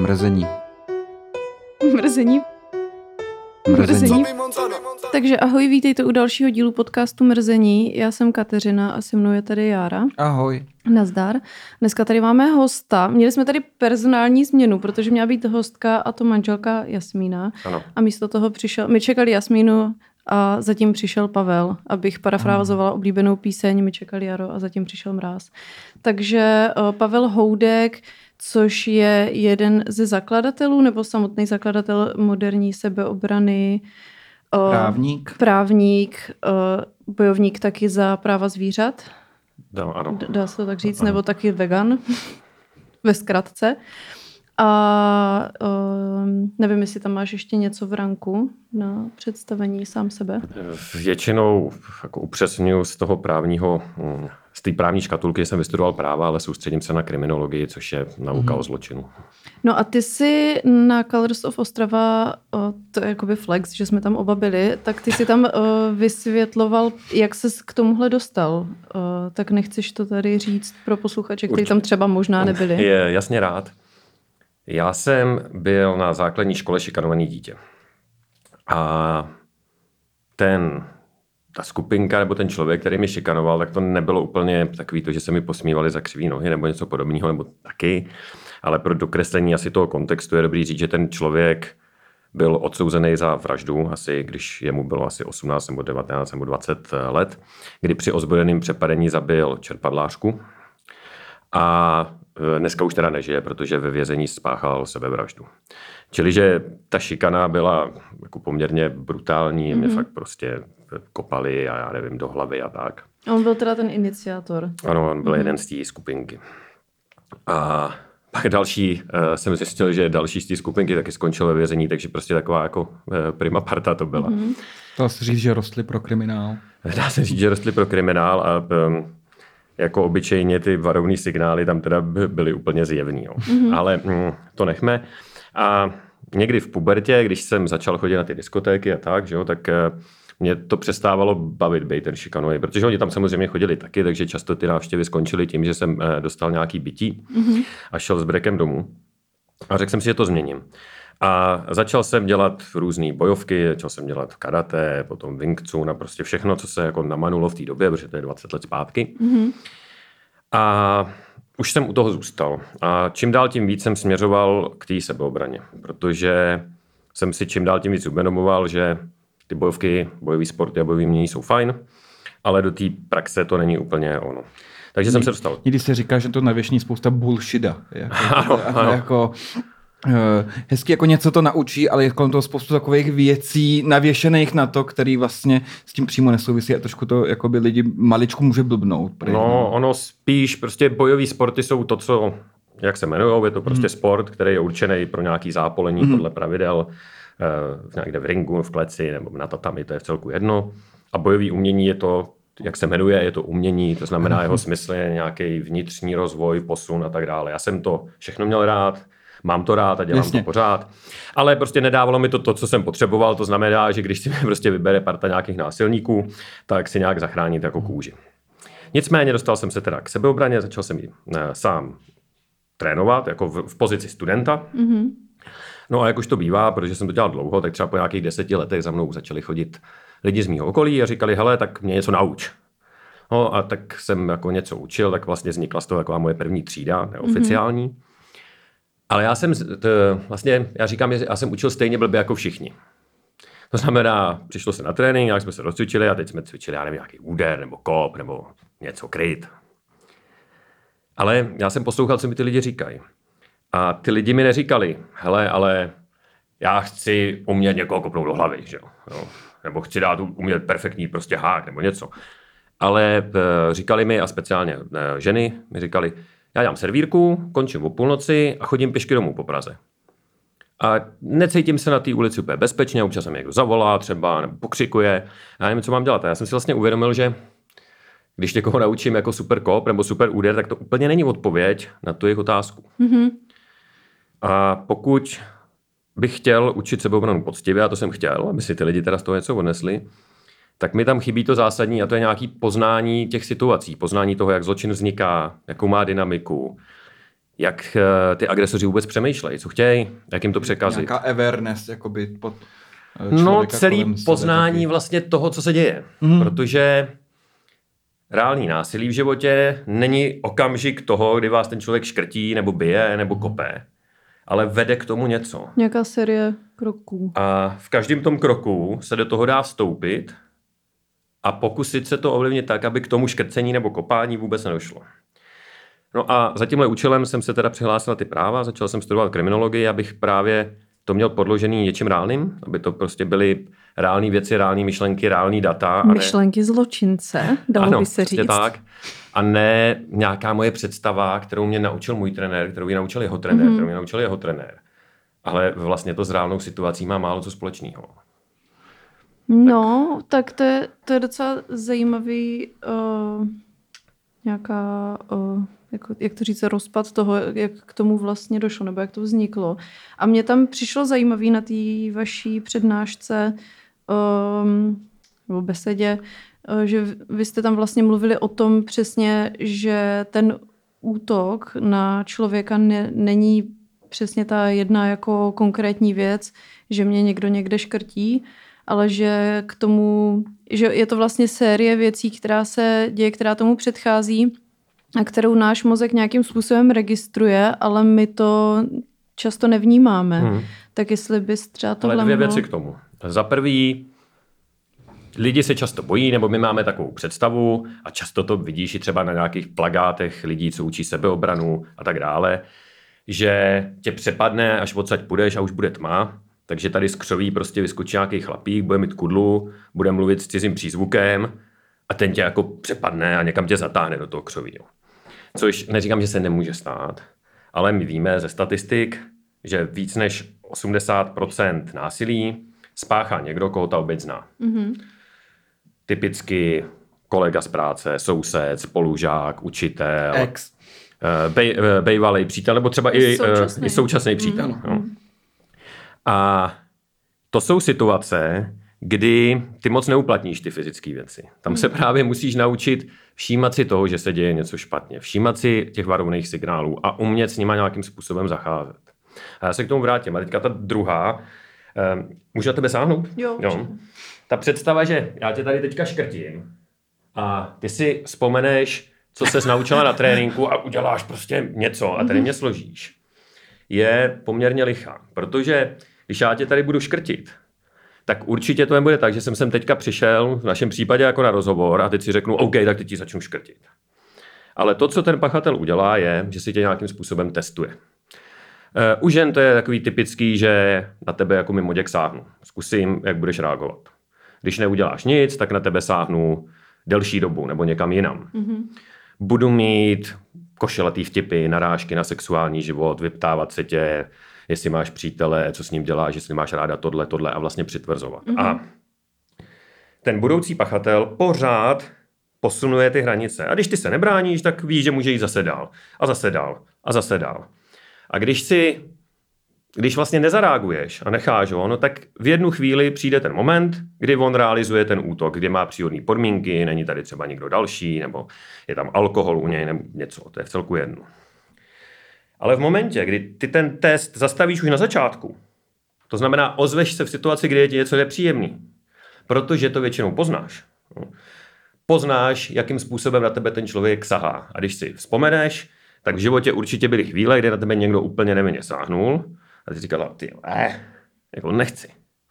Mrzení. Mrzení. Takže ahoj, vítejte u dalšího dílu podcastu Mrzení. Já jsem Kateřina a se mnou je tady Jára. Ahoj. Nazdar. Dneska tady máme hosta. Měli jsme tady personální změnu, protože měla být hostka a to manželka Jasmína. Ano. A místo toho přišel, my čekali Jasmínu a zatím přišel Pavel, abych parafrázovala oblíbenou píseň, my čekali Jaro a zatím přišel Mráz. Takže Pavel Houdek, což je jeden ze zakladatelů nebo samotný zakladatel moderní sebeobrany. Právník, bojovník taky za práva zvířat. No, ano. Dá se to tak říct, nebo taky vegan, ve zkratce. A nevím, jestli tam máš ještě něco v ranku na představení sám sebe. Většinou jako upřesňuji z toho právního, z té právní škatulky jsem vystudoval práva, ale soustředím se na kriminologii, což je nauka o zločinu. No a ty jsi na Colors of Ostrava, to je jakoby flex, že jsme tam oba byli, tak ty jsi tam vysvětloval, jak ses k tomuhle dostal. Tak nechceš to tady říct pro posluchače, kteří tam třeba možná nebyli? Je jasně rád. Já jsem byl na základní škole šikanovaný dítě. A ta skupinka nebo ten člověk, který mě šikanoval, tak to nebylo úplně takový to, že se mi posmívali za křivý nohy nebo něco podobného, nebo taky. Ale pro dokreslení asi toho kontextu je dobrý říct, že ten člověk byl odsouzený za vraždu, asi když jemu bylo asi 18 nebo 19 nebo 20 let, kdy při ozbrojeném přepadení zabil čerpadlářku. A dneska už teda nežije, protože ve vězení spáchal sebevraždu. Čili, že ta šikana byla jako poměrně brutální, mě fakt prostě kopali a já nevím, do hlavy a tak. A on byl teda ten iniciátor. Ano, on byl jeden z té skupinky. A pak další, jsem zjistil, že další z té skupinky taky skončil ve vězení, takže prostě taková jako prima parta to byla. Dá se říct, že rostli pro kriminál. Dá se říct, že rostli pro kriminál a jako obyčejně ty varovný signály tam teda byly úplně zjevný. Jo. Ale to nechme. A někdy v pubertě, když jsem začal chodit na ty diskotéky a tak, že jo, tak mě to přestávalo bavit být ten šikanový, protože oni tam samozřejmě chodili taky, takže často ty návštěvy skončily tím, že jsem dostal nějaký bití a šel s brekem domů. A řekl jsem si, že to změním. A začal jsem dělat různé bojovky, začal jsem dělat karate, potom Wing Chun a prostě všechno, co se jako namanulo v té době, protože to je 20 let zpátky. A už jsem u toho zůstal. A čím dál tím víc jsem směřoval k té sebeobraně, protože jsem si čím dál tím víc uvědomoval, že ty bojovky, bojový sporty a bojový umění jsou fajn, ale do té praxe to není úplně ono. Takže jsem se dostal. Někdy se říká, že to navěšní spousta bullshita. Jako hezky jako něco to naučí, ale je kolem toho spoustu takových věcí navěšených na to, který vlastně s tím přímo nesouvisí a trošku to jakoby lidi maličku může blbnout. No, ono spíš, prostě bojový sporty jsou to, co, jak se jmenujou, je to prostě sport, který je určený pro nějaký zápolení podle pravidel, někde v ringu, v kleci nebo na tatami, to je v celku jedno. A bojový umění je to, jak se jmenuje, je to umění, to znamená jeho smysl je nějaký vnitřní rozvoj, posun a tak dále. Já jsem to všechno měl rád, mám to rád a dělám to pořád. Ale prostě nedávalo mi to, co jsem potřeboval, to znamená, že když si mi prostě vybere parta nějakých násilníků, tak si nějak zachránit jako kůži. Nicméně dostal jsem se teda k sebeobraně, začal jsem ji sám trénovat, jako v pozici studenta. No a jak už to bývá, protože jsem to dělal dlouho, tak třeba po nějakých 10 letech za mnou začali chodit lidi z mýho okolí a říkali, hele, tak mě něco nauč. No a tak jsem jako něco učil, tak vlastně vznikla z toho taková moje první třída, neoficiální. Ale já jsem já říkám, že já jsem učil stejně blbě jako všichni. To znamená, přišlo se na trénink, jak jsme se rozcvičili a teď jsme cvičili, já nevím, nějaký úder nebo kop nebo něco kryt. Ale já jsem poslouchal, co mi ty lidi říkají. A ty lidi mi neříkali, hele, ale já chci umět někoho kopnout do hlavy, že jo? Nebo chci dát umět perfektní prostě hák nebo něco. Ale říkali mi, a speciálně ženy mi říkali, já dělám servírku, končím o půlnoci a chodím pěšky domů po Praze. A necítím se na té ulici úplně bezpečně, občas mi někdo zavolá třeba, nebo pokřikuje, já nevím, co mám dělat. A já jsem si vlastně uvědomil, že když někoho naučím jako super kop nebo super úder, tak to úplně není odpověď na tu jejich otázku. A pokud bych chtěl učit sebeobranu poctivě, a to jsem chtěl, aby si ty lidi teda z toho něco odnesli, tak mi tam chybí to zásadní a to je nějaké poznání těch situací, poznání toho, jak zločin vzniká, jakou má dynamiku, jak ty agresoři vůbec přemýšlejí, co chtějí, jak jim to překazit. Nějaká awareness, jakoby pod No celý poznání vlastně toho, co se děje. Protože reálný násilí v životě není okamžik toho, kdy vás ten člověk škrtí, nebo bije, nebo kope, ale vede k tomu něco. Nějaká série kroků. A v každém tom kroku se do toho dá vstoupit a pokusit se to ovlivnit tak, aby k tomu škrcení nebo kopání vůbec nedošlo. No a za tímhle účelem jsem se teda přihlásil na ty práva, začal jsem studovat kriminologii, abych právě to měl podložený něčím reálným, aby to prostě byly reální věci, reální myšlenky, reální data. Myšlenky zločince, dalo by se říct. Tak. A ne nějaká moje představa, kterou mě naučil můj trenér, kterou mě naučil jeho trenér, kterou mě naučil jeho trenér. Ale vlastně to s reálnou situací má málo co společného. No, tak to je docela zajímavý nějaká, jak to říct, rozpad toho, jak k tomu vlastně došlo, nebo jak to vzniklo. A mně tam přišlo zajímavý na té vaší přednášce nebo besedě, že vy jste tam vlastně mluvili o tom přesně, že ten útok na člověka není přesně ta jedna jako konkrétní věc, že mě někdo někde škrtí, ale že k tomu, že je to vlastně série věcí, která se děje, která tomu předchází a kterou náš mozek nějakým způsobem registruje, ale my to často nevnímáme. Tak jestli bys třeba tohle Ale dvě věci k tomu. Za prvý, lidi se často bojí, nebo my máme takovou představu a často to vidíš i třeba na nějakých plakátech lidí, co učí sebeobranu a tak dále, že tě přepadne, až odsaď půjdeš a už bude tma. Takže tady z křoví prostě vyskočí nějaký chlapík, bude mít kudlu, bude mluvit s cizím přízvukem a ten tě jako přepadne a někam tě zatáhne do toho křoví. Což neříkám, že se nemůže stát, ale my víme ze statistik, že víc než 80% násilí spáchá někdo, koho ta obec zná. Typicky kolega z práce, soused, spolužák, učitel, ex, bejvalej přítel, nebo třeba i současný přítel. No. A to jsou situace, kdy ty moc neuplatníš ty fyzické věci. Tam se právě musíš naučit všímat si toho, že se děje něco špatně. Všímat si těch varovných signálů a umět s nima nějakým způsobem zacházet. A já se k tomu vrátím. A teďka ta druhá. Můžu na tebe sáhnout? Jo. Ta představa, že já tě tady teďka škrtím a ty si vzpomeneš, co ses naučila na tréninku a uděláš prostě něco a tady mě složíš, je poměrně lichá. Protože když já tě tady budu škrtit, tak určitě to nebude tak, že jsem sem teďka přišel, v našem případě jako na rozhovor a teď si řeknu, OK, tak teď ti začnu škrtit. Ale to, co ten pachatel udělá, je, že si tě nějakým způsobem testuje. U žen to je takový typický, že na tebe jako mimoděk sáhnu. Zkusím, jak budeš reagovat. Když neuděláš nic, tak na tebe sáhnu delší dobu nebo někam jinam. Budu mít košelatý vtipy, narážky na sexuální život, vyptávat se tě, jestli máš přítele, co s ním děláš, jestli máš ráda tohle a vlastně přitvrzovat. A ten budoucí pachatel pořád posunuje ty hranice. A když ty se nebráníš, tak víš, že může jít zase dál. A zase dál. A zase dál. A když vlastně nezareaguješ a necháš ho, no tak v jednu chvíli přijde ten moment, kdy on realizuje ten útok, kdy má příhodné podmínky, není tady třeba někdo další, nebo je tam alkohol u něj, nebo něco, to je vcelku jedno. Ale v momentě, kdy ty ten test zastavíš už na začátku, to znamená ozveš se v situaci, kdy je ti něco nepříjemný, protože to většinou poznáš. Poznáš, jakým způsobem na tebe ten člověk sahá. A když si vzpomeneš, tak v životě určitě byly chvíle, kdy na tebe někdo úplně nevinně sáhnul a ty říkala, jako nechci.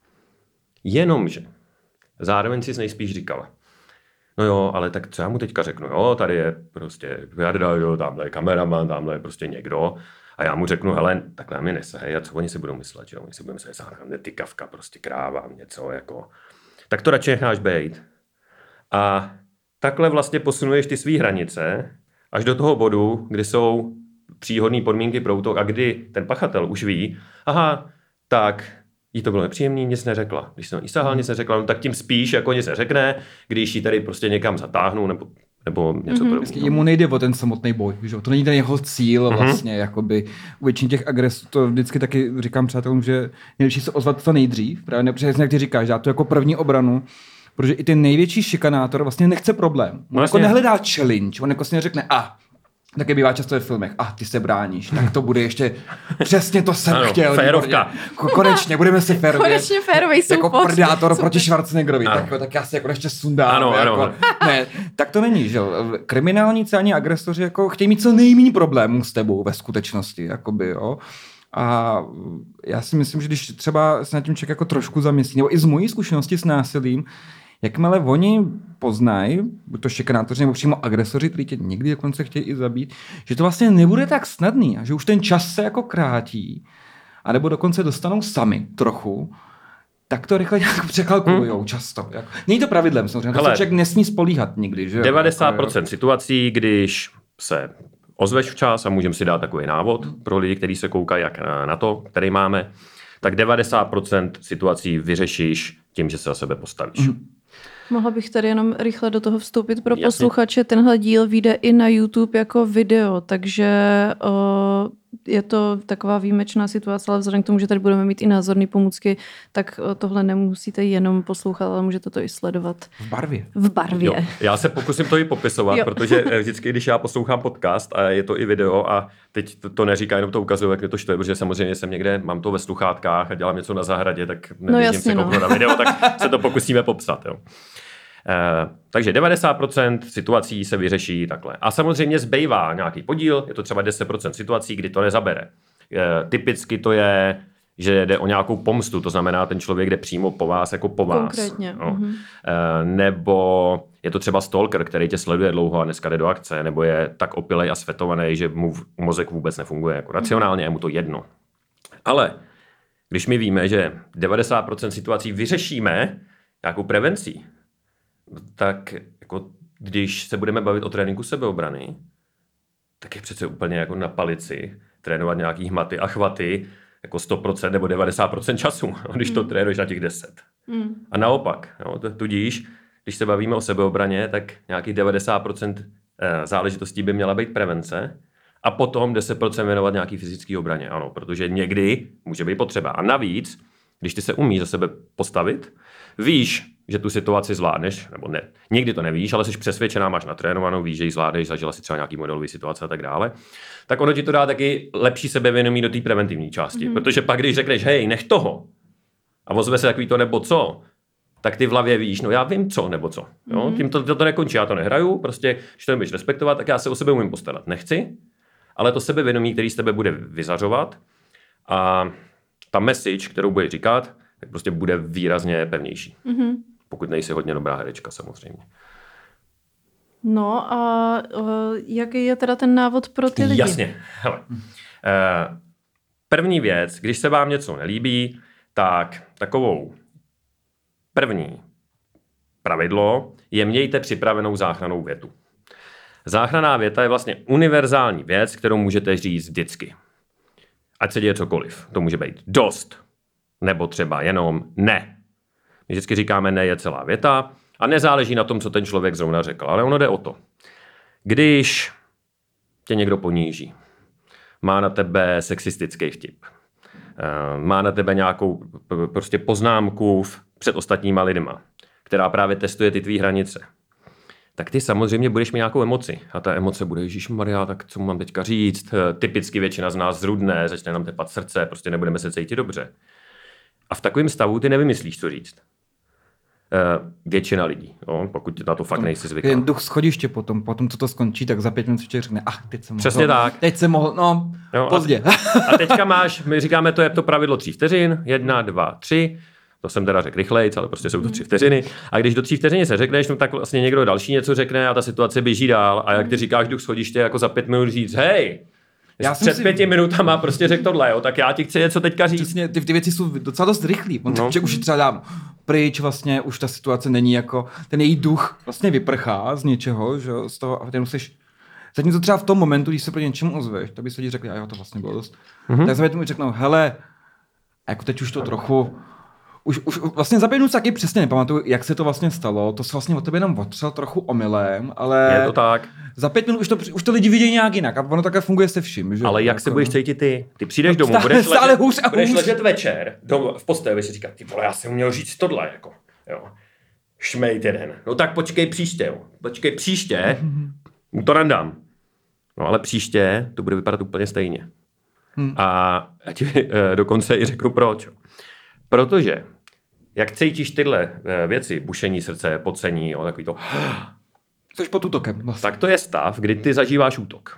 Jenomže zároveň si nejspíš říkala, no jo, ale tak co já mu teďka řeknu, jo, tady je prostě Jarda, jo, tamhle je kameraman, tamhle je prostě někdo a já mu řeknu, hele, takhle mi nesahej a co oni si budou myslet, jo, oni si budou myslet, sáhne tykavka, prostě kráva, něco jako, tak to radši necháš bejt. A takhle vlastně posunuješ ty svý hranice až do toho bodu, kdy jsou příhodné podmínky pro útok a kdy ten pachatel už ví, aha, tak jí to bylo nepříjemný, nic neřekla. Když jsem jí sahal, nic neřekla, no tak tím spíš jako nic neřekne, když ji tady prostě někam zatáhnu nebo něco podobného. Jemu nejde o ten samotný boj, že? To není ten jeho cíl vlastně, jakoby u většiny těch agresů, to vždycky taky říkám přátelům, že nejlepší se ozvat co nejdřív, právě přesně jak ty říkáš, já to jako první obranu, protože i ten největší šikanátor vlastně nechce problém. On jako nehledá challenge, on jako si neřekne, také bývá často ve filmech, ty se bráníš, tak to bude ještě, přesně to jsem chtěl. Férovka. Konečně, budeme si férově. Konečně férovej jako Predátor proti Schwarzeneggerovi, tak já si jako ještě sundám. Ano. Ne, tak to není, že jo. Kriminální celní agresoři jako chtějí mít co nejméně problémů s tebou ve skutečnosti, jakoby, jo. A já si myslím, že když třeba se na tím člověk jako trošku zamyslí, nebo i z mojí zkušenosti s násilím, jakmile oni poznají, buď to šikanátoři nebo přímo agresoři, kteří tě někdy dokonce chtějí i zabít, že to vlastně nebude tak snadný a že už ten čas se jako krátí, anebo dokonce dostanou sami trochu, tak to rychle nějak překalkulujou často. Není to pravidlem samozřejmě, to se člověk nesmí spolíhat nikdy. Že? 90% situací, když se ozveš včas a můžeme si dát takový návod pro lidi, kteří se koukají jak na to, který máme, tak 90% situací vyřešíš tím, že se za sebe postavíš. Mohla bych tady jenom rychle do toho vstoupit pro posluchače. Tenhle díl vyjde i na YouTube jako video, takže je to taková výjimečná situace, ale vzhledem k tomu, že tady budeme mít i názorné pomůcky, tak tohle nemusíte jenom poslouchat, ale můžete to i sledovat. V barvě. Jo. Já se pokusím to i popisovat, protože vždycky, když já poslouchám podcast a je to i video a teď to neříká, jenom to ukazuje, jak mě to štve, protože samozřejmě jsem někde, mám to ve sluchátkách a dělám něco na zahradě, tak neběžím si kouknout na video, tak se to pokusíme popsat. Jo. Takže 90% situací se vyřeší takhle. A samozřejmě zbývá nějaký podíl, je to třeba 10% situací, kdy to nezabere. Typicky to je, že jde o nějakou pomstu, to znamená, ten člověk jde přímo po vás, jako po vás. Konkrétně. No. Nebo je to třeba stalker, který tě sleduje dlouho a dneska jde do akce, nebo je tak opilej a svetovaný, že mu mozek vůbec nefunguje. Jako racionálně je mu to jedno. Ale když my víme, že 90% situací vyřešíme nějakou prevencí, tak jako když se budeme bavit o tréninku sebeobrany, tak je přece úplně jako na palici trénovat nějaký hmaty a chvaty jako 100% nebo 90% času, když to trénuješ na těch 10. A naopak, jo, tudíž, když se bavíme o sebeobraně, tak nějakých 90% záležitostí by měla být prevence a potom 10% věnovat nějaký fyzický obraně. Ano, protože někdy může být potřeba. A navíc, když ty se umíš za sebe postavit, víš, že tu situaci zvládneš, nebo ne, někdy to nevíš, ale jsi přesvědčená, máš natrénovanou, víš, že ji zvládneš, zažila si třeba nějaký modelový situace a tak dále, tak ono ti to dá taky lepší sebevědomí do té preventivní části. Protože pak, když řekneš, hej, nech toho, a ozve se takový to nebo co, tak ty v hlavě víš, no já vím co nebo co. Jo? Tím to nekončí, já to nehraju, prostě, když to nebudeš respektovat, tak já se o sebe umím postarat. Nechci, ale to sebevědomí, který z tebe bude vyzařovat a ta message, kterou budeš říkat, tak prostě bude výrazně pevnější. Pokud nejsi hodně dobrá herečka, samozřejmě. No a jaký je teda ten návod pro ty lidi? Jasně. Hele. První věc, když se vám něco nelíbí, tak takovou první pravidlo je mějte připravenou záchrannou větu. Záchranná věta je vlastně univerzální věc, kterou můžete říct vždycky. Ať se děje cokoliv. To může být dost, nebo třeba jenom ne. My vždycky říkáme, ne je celá věta a nezáleží na tom, co ten člověk zrovna řekl, ale ono jde o to. Když tě někdo poníží, má na tebe sexistický vtip, má na tebe nějakou prostě poznámku před ostatníma lidma, která právě testuje ty tvý hranice, tak ty samozřejmě budeš mít nějakou emoci. A ta emoce bude, ježišmarja, tak co mám teďka říct? Typicky většina z nás zrudne, začne nám tepat srdce, prostě nebudeme se cítit dobře. A v takovém stavu ty nevymyslíš, co říct. Většina lidí, no, pokud na to fakt nejsi zvyklá. Jen duch schodiště potom, co to skončí, tak za 5 minut člověk řekne, teď jsem mohl. Přesně tak. Teď jsem mohl, pozdě. A teďka máš, my říkáme, to je to pravidlo 3 vteřin, 1, 2, 3, to jsem teda řekl rychlejc, ale prostě jsou to 3 vteřiny. A když do 3 vteřiny se řekneš, no tak vlastně někdo další něco řekne a ta situace běží dál. A jak ty říkáš duch schodiště, jako za 5 minut říct, hej, já před 5 minutama prostě řekl tohle, jo, tak já ti chci něco teďka říct. Přesně, ty věci jsou docela dost rychlý. Už třeba dám pryč, vlastně už ta situace není jako, ten její duch vlastně vyprchá z něčeho, že z toho, a ty musíš, zatímco třeba v tom momentu, když se pro něčemu ozveš, tak by se lidi řekli, a jo, to vlastně bylo dost. Tak za 5 minut řeknou, hele, jako teď už to trochu, už vlastně za 5 minut taky přesně nepamatuju, jak se to vlastně stalo, to se vlastně od tebe jenom otřel trochu omylem, ale je to tak. Za 5 minut už to lidi vidějí nějak jinak a ono takhle funguje se vším. Že? Ale jak se budeš cítit ty? Ty přijdeš domů, budeš ležet večer v posteli, budeš si říkat, ty vole, já jsem měl říct tohle, jako, jo. Šmejt jeden. No tak počkej příště, to nandám. No ale příště to bude vypadat úplně stejně. A já ti dokonce i řeknu proč. Protože jak cítíš tyhle věci, bušení srdce, pocení, takový to... Což pod útokem. Vlastně. Tak to je stav, kdy ty zažíváš útok.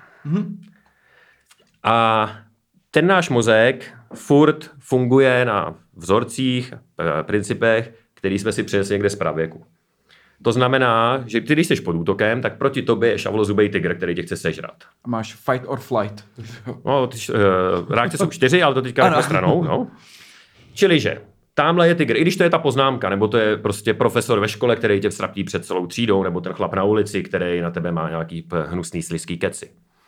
A ten náš mozek furt funguje na vzorcích, principech, který jsme si přinesli někde z pravěku. To znamená, že ty, když jsi pod útokem, tak proti tobě je šavlozubej tygr, který tě chce sežrat. A máš fight or flight. No, reakce jsou 4, ale to teďka jako stranou. No. Čiliže, tamhle je tygr, i když to je ta poznámka, nebo to je prostě profesor ve škole, který tě vstrapí před celou třídou, nebo ten chlap na ulici, který na tebe má nějaký hnusný slizký keci.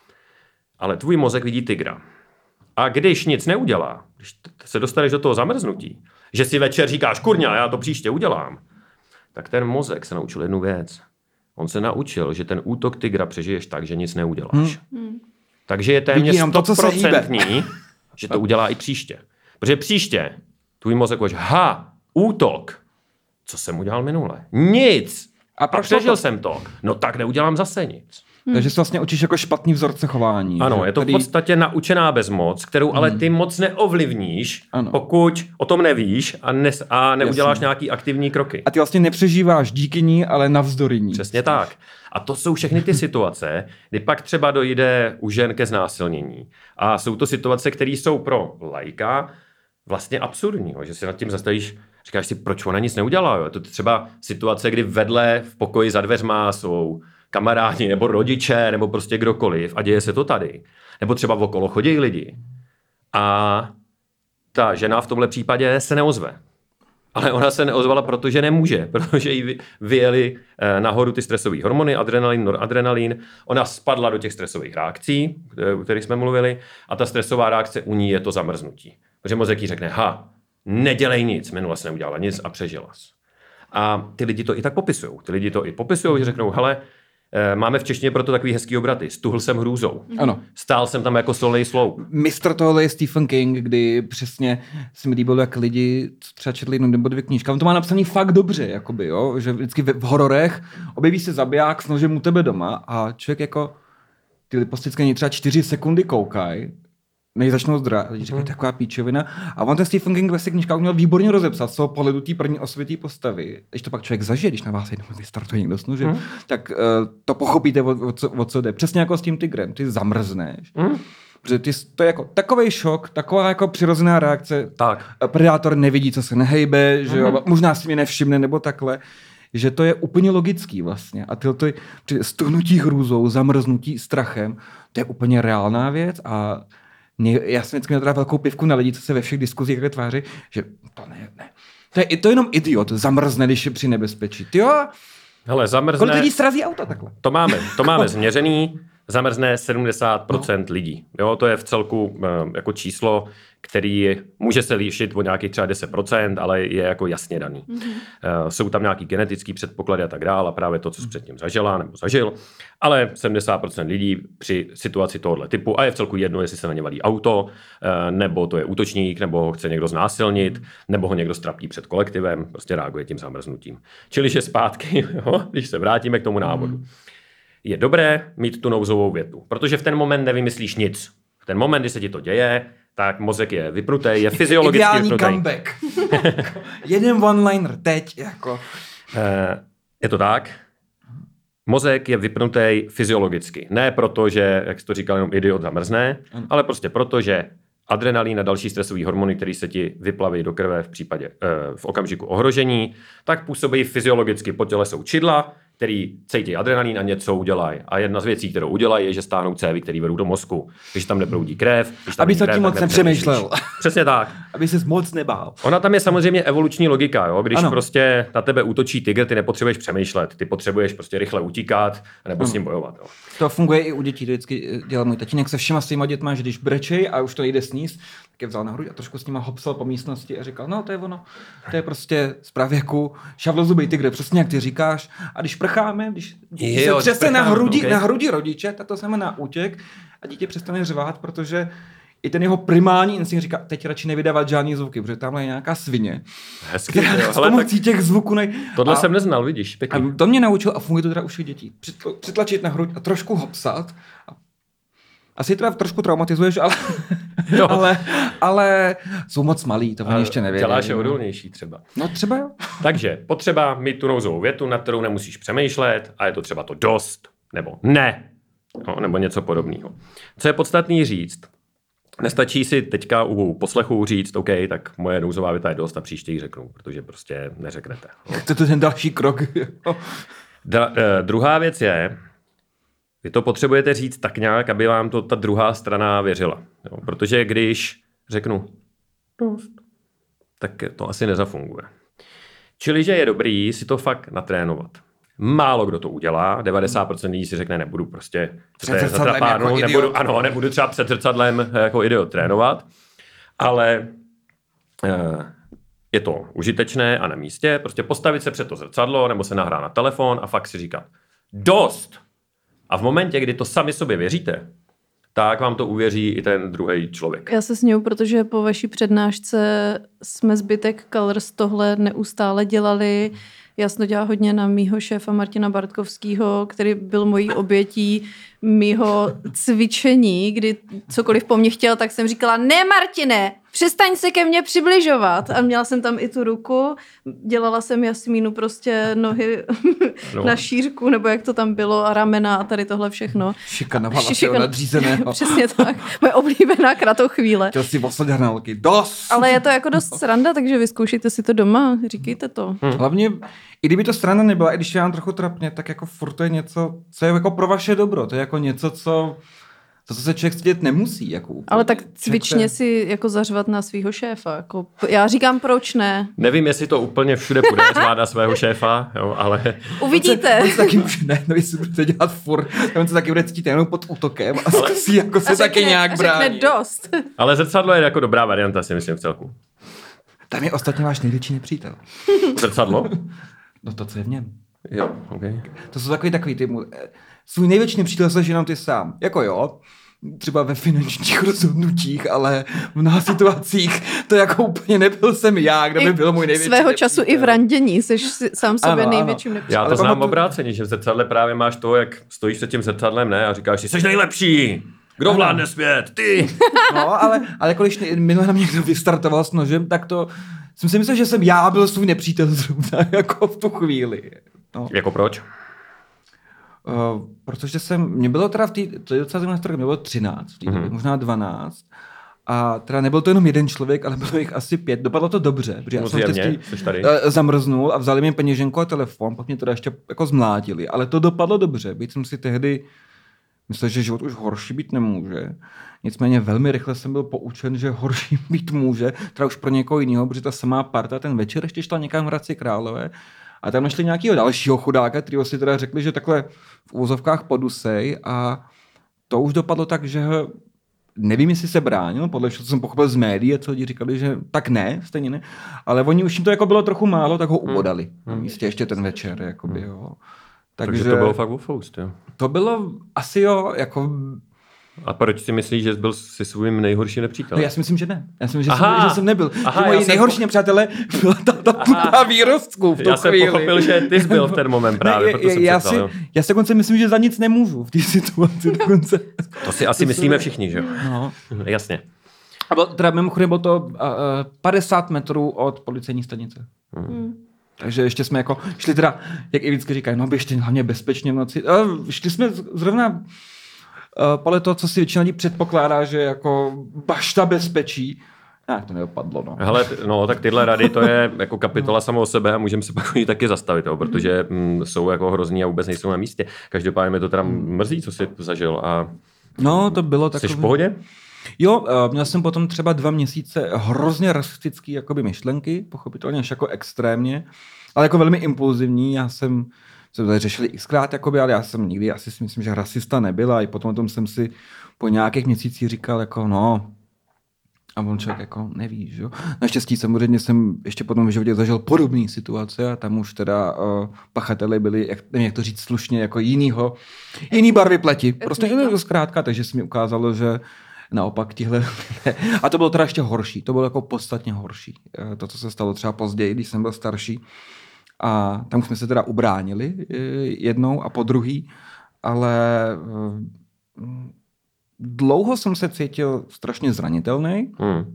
Ale tvůj mozek vidí tygra. A když nic neudělá, když se dostaneš do toho zamrznutí, že si večer říkáš, kurňa, já to příště udělám, tak ten mozek se naučil jednu věc. On se naučil, že ten útok tygra přežiješ tak, že nic neuděláš. Takže je téměř 100%, že to udělá i příště. Protože příště tvůj mozek už, útok. Co jsem udělal minule? Nic. A přežil jsem to. No tak neudělám zase nic. Takže si vlastně učíš jako špatný vzorce chování. Ano, je to v podstatě naučená bezmoc, kterou ale ty moc neovlivníš, pokud o tom nevíš a neuděláš nějaký aktivní kroky. A ty vlastně nepřežíváš díky ní, ale navzdory ní. Přesně tak. A to jsou všechny ty situace, kdy pak třeba dojde u žen ke znásilnění. A jsou to situace, které jsou pro laika vlastně absurdní, že si nad tím zastavíš, říkáš si, proč ona nic neudělala. Jo? To je třeba situace, kdy vedle v pokoji za dveřma jsou kamarádi nebo rodiče nebo prostě kdokoliv a děje se to tady. Nebo třeba okolo chodí lidi. A ta žena v tomhle případě se neozve. Ale ona se neozvala, protože nemůže, protože jí vyjeli nahoru ty stresové hormony, adrenalin, noradrenalin. Ona spadla do těch stresových reakcí, o kterých jsme mluvili, a ta stresová reakce u ní je to zamrznutí. Protože mozek jí řekne, nedělej nic, minule se neudělala nic a přežila jsi. A ty lidi to i tak popisují. Ty lidi to i popisují, že řeknou, hele, máme v češtině proto takový hezký obraty. Stuhl jsem hrůzou. Ano. Stál jsem tam jako solnej sloup. Mistr tohle je Stephen King, kdy přesně se mi líbilo, jak lidi třeba četli jednu nebo 2 knížky. On to má napsaný fakt dobře, jakoby, jo? Že vždycky v hororech objeví se zabiják s nožem u tebe doma a člověk jako ty postické třeba 4 sekundy koukají, než začnou zdrát, říkají, taková píčovina. A on ten Stephen King ve svých knížkách měl výborně rozepsat z toho pohledu té první osoby té postavy. Když to pak člověk zažije, když na vás jednou vystartuje někdo s nožem, tak to pochopíte, o co jde. Přesně jako s tím tygrem. Ty zamrzneš. Protože to je jako takovej šok, taková jako přirozená reakce. Tak. Predátor nevidí, co se nehejbe, že jo, možná si mě nevšimne nebo takhle. Že to je úplně logický vlastně. A tyhle stuhnutí hrůzou, zamrznutí strachem, to je úplně reálná věc a já jsem vždycky měl teda velkou pivku na lidi, co se ve všech diskuzích takhle tváří, že to ne. To je jenom idiot, zamrzne, když je při nebezpečí. Jo? Hele, zamrzne... Kolik lidí srazí auto takhle? To máme změřený, zamrzne 70% lidí. Jo, to je v celku jako číslo, který může se líšit o nějakých třeba 10%, ale je jako jasně daný. Jsou tam nějaký genetický předpoklady a tak dále, a právě to, co jsi předtím zažila nebo zažil, ale 70% lidí při situaci tohoto typu, a je v celku jedno, jestli se na ně valí auto, nebo to je útočník, nebo ho chce někdo znásilnit, nebo ho někdo strapí před kolektivem, prostě reaguje tím zamrznutím. Čili že zpátky, jo, když se vrátíme k tomu návodu. Je dobré mít tu nouzovou větu, protože v ten moment nevymyslíš nic. V ten moment, kdy se ti to děje, tak mozek je vypnutý, je fyziologicky vypnutý. Ideální comeback. Jeden one-liner teď. Jako. Je to tak. Mozek je vypnutý fyziologicky. Ne proto, že, jak jsi to říkal, jenom idiot zamrzne, ale prostě proto, že adrenalin a další stresové hormony, které se ti vyplaví do krve v okamžiku ohrožení, tak působí fyziologicky. Po těle jsou čidla, který cítí adrenalin a něco udělají. A jedna z věcí, kterou udělají, je, že stáhnou cévy, které vedou do mozku. Když tam neproudí krev. Aby se tím moc nepřemýšlel. Přesně tak. Aby ses moc nebál. Ona tam je samozřejmě evoluční logika. Jo? Když prostě na tebe útočí tygr, ty nepotřebuješ přemýšlet. Ty potřebuješ prostě rychle utíkat nebo s ním bojovat. Jo? To funguje i u dětí. To vždycky dělal můj tatínek se všema svýma dětma, že když brečej a už to nejde sníst, tak je vzal na hruď a trošku s nima hopsal po místnosti a říkal, no to je ono. To je prostě z pravěku šavlozubej tygr, přesně jak ty říkáš. A když prcháme, když se třese na hrudi rodiče, tak to znamená útěk a dítě přestane řvát, protože i ten jeho primální instinkt říká, teď radši nevydávat žádný zvuky, protože tamhle je nějaká svině. Hezky. S pomocí těch zvuků. Tohle jsem neznal, vidíš, pěkný. A to mě naučil a funguje to teda už u dětí. Přitlačit na hruď a trošku hopsat a Asi teda trošku traumatizuješ, ale jsou moc malí, to oni ještě nevědí. Děláš je odolnější třeba. No třeba jo. Takže potřeba mít tu nouzovou větu, nad kterou nemusíš přemýšlet a je to třeba to dost, nebo ne, no, nebo něco podobného. Co je podstatný říct, nestačí si teďka u poslechu říct, OK, tak moje nouzová věta je dost a příště ji řeknu, protože prostě neřeknete. To je ten další krok. Druhá věc je, vy to potřebujete říct tak nějak, aby vám to ta druhá strana věřila. Jo? Protože když řeknu dost, tak to asi nezafunguje. Čili, že je dobrý si to fakt natrénovat. Málo kdo to udělá, 90% lidí si řekne, nebudu prostě nebudu třeba před zrcadlem jako idiot trénovat, ale je to užitečné a na místě, prostě postavit se před to zrcadlo nebo se nahrát na telefon a fakt si říkat dost. A v momentě, kdy to sami sobě věříte, tak vám to uvěří i ten druhý člověk. Já se směju, protože po vaší přednášce jsme zbytek Colors tohle neustále dělali. Jasno dělá hodně na mýho šéfa Martina Bartkovského, který byl mojí obětí mýho cvičení, kdy cokoliv po mně chtěl, tak jsem říkala, ne Martine, přestaň se ke mně přibližovat. A měla jsem tam i tu ruku, dělala jsem Jasmínu prostě nohy na šířku, nebo jak to tam bylo, a ramena a tady tohle všechno. Šikanovala se o nadřízeného. Přesně tak, moje oblíbená kratochvíle. Chtěl si poslat hranolky, dost! Ale je to jako dost sranda, takže vyzkoušejte si to doma, říkejte to. Hlavně, i kdyby to sranda nebyla, i když je vám trochu trapně, tak jako furt to je něco, co je jako pro vaše dobro, to je jako něco, co se člověk stydět nemusí. Jako úplně. Ale tak cvičně si jako zařvat na svýho šéfa. Jako, já říkám, proč ne? Nevím, jestli to úplně všude půjde řvát na svého šéfa, jo, ale... Uvidíte. On se taky může, ne, no, jestli budete dělat furt, on se taky bude cítit jenom pod útokem a zkusí jako se taky nějak bránit. Řekne dost. Ale zrcadlo je jako dobrá varianta, si myslím v celku. Tam je ostatně váš největší nepřítel. Zrcadlo? No to, co je v něm. Jo, okay. To jsou takový ty... Svůj největší nepřítel jsi jenom ty sám. Jako jo, třeba ve finančních rozhodnutích, ale v mnoha situacích to jako úplně nebyl jsem já, kdo by byl můj největší svého nepřítel. času i v randění jsi sám sobě největším nepřítelem. Já to znám obráceně, že v zrcadle právě máš to, jak stojíš před tím zrcadlem, ne, a říkáš si, jsi nejlepší! Kdo vládne svět? Ty! No, ale jako když minule na mě někdo vystartoval s nožem, tak to jsem si myslel, že jsem já byl svůj nepřítel zrovna jako v tu chvíli. No. Jako proč? Protože mě bylo teda to je docela zajímavé, mě bylo 13, možná 12. A teda nebyl to jenom jeden člověk, ale bylo jich asi 5. Dopadlo to dobře, protože já jsem štěstí zamrznul a vzali mi peněženku a telefon, pak mě teda ještě jako zmlátili. Ale to dopadlo dobře, byť jsem si tehdy myslel, že život už horší být nemůže. Nicméně velmi rychle jsem byl poučen, že horší být může, teda už pro někoho jiného, protože ta samá parta ten večer ještě šla někam v Hradci Králové. A tam našli nějakého dalšího chudáka, kterýho si teda řekli, že takhle v úvozovkách podusej, a to už dopadlo tak, že nevím, jestli se bránil, podle všeho, co jsem pochopil z médií, a co lidi říkali, že tak ne, stejně ne, ale oni už jim to jako bylo trochu málo, tak ho ubodali. Na místě ještě ten večer, jakoby, jo. Takže to bylo fakt ufoust, jo. To bylo asi jo, jako... A proč si myslíš, že jsi byl si svým nejhorším nepřítelem? No, já si myslím, že ne. Já si myslím, že jsem nebyl. Aha, že moji nejhorší nepřátelé byla ta tupá výrostku v tu Já jsem chvíli. pochopil, že ty jsi byl v ten moment právě, proto jsem já si dokonce myslím, že za nic nemůžu v té situaci dokonce. To si asi myslíme všichni, že jo? No. Jasně. A teda mimochodem bylo to 50 metrů od policejní stanice. Takže ještě jsme jako šli teda, jak i vždycky říkají, no běžte hlavně bezpečně v noci. Šli jsme zrovna podle toho, co si většina lidí předpokládá, že jako bašta bezpečí. Tak to nedopadlo, no. Hele, no tak tyhle rady, to je jako kapitola samo o sebe a můžeme se pak i taky zastavit, jo, protože jsou jako hrozný a vůbec nejsou na místě. Každopádně mě to teda mrzí, co jsi zažil. A no, to bylo takové... Jsi v pohodě? Jo, měl jsem potom třeba 2 měsíce hrozně rasistický jakoby myšlenky, pochopitelně až jako extrémně, ale jako velmi impulzivní. Já jsem to řešili xkrát, jakoby, ale já jsem nikdy asi si myslím, že rasista nebyla. I potom jsem si po nějakých měsících říkal, jako no, a on člověk jako neví, že jo. Naštěstí samozřejmě jsem ještě potom v životě zažil podobné situace a tam už teda pachatelé byli, nevím, jak to říct slušně, jako jiný barvy pleti. Prostě zkrátka, takže se mi ukázalo, že naopak tihle... A to bylo teda ještě horší, to bylo jako podstatně horší. To, co se stalo třeba později, když jsem byl starší. A tam jsme se teda ubránili jednou a po druhý, ale dlouho jsem se cítil strašně zranitelný.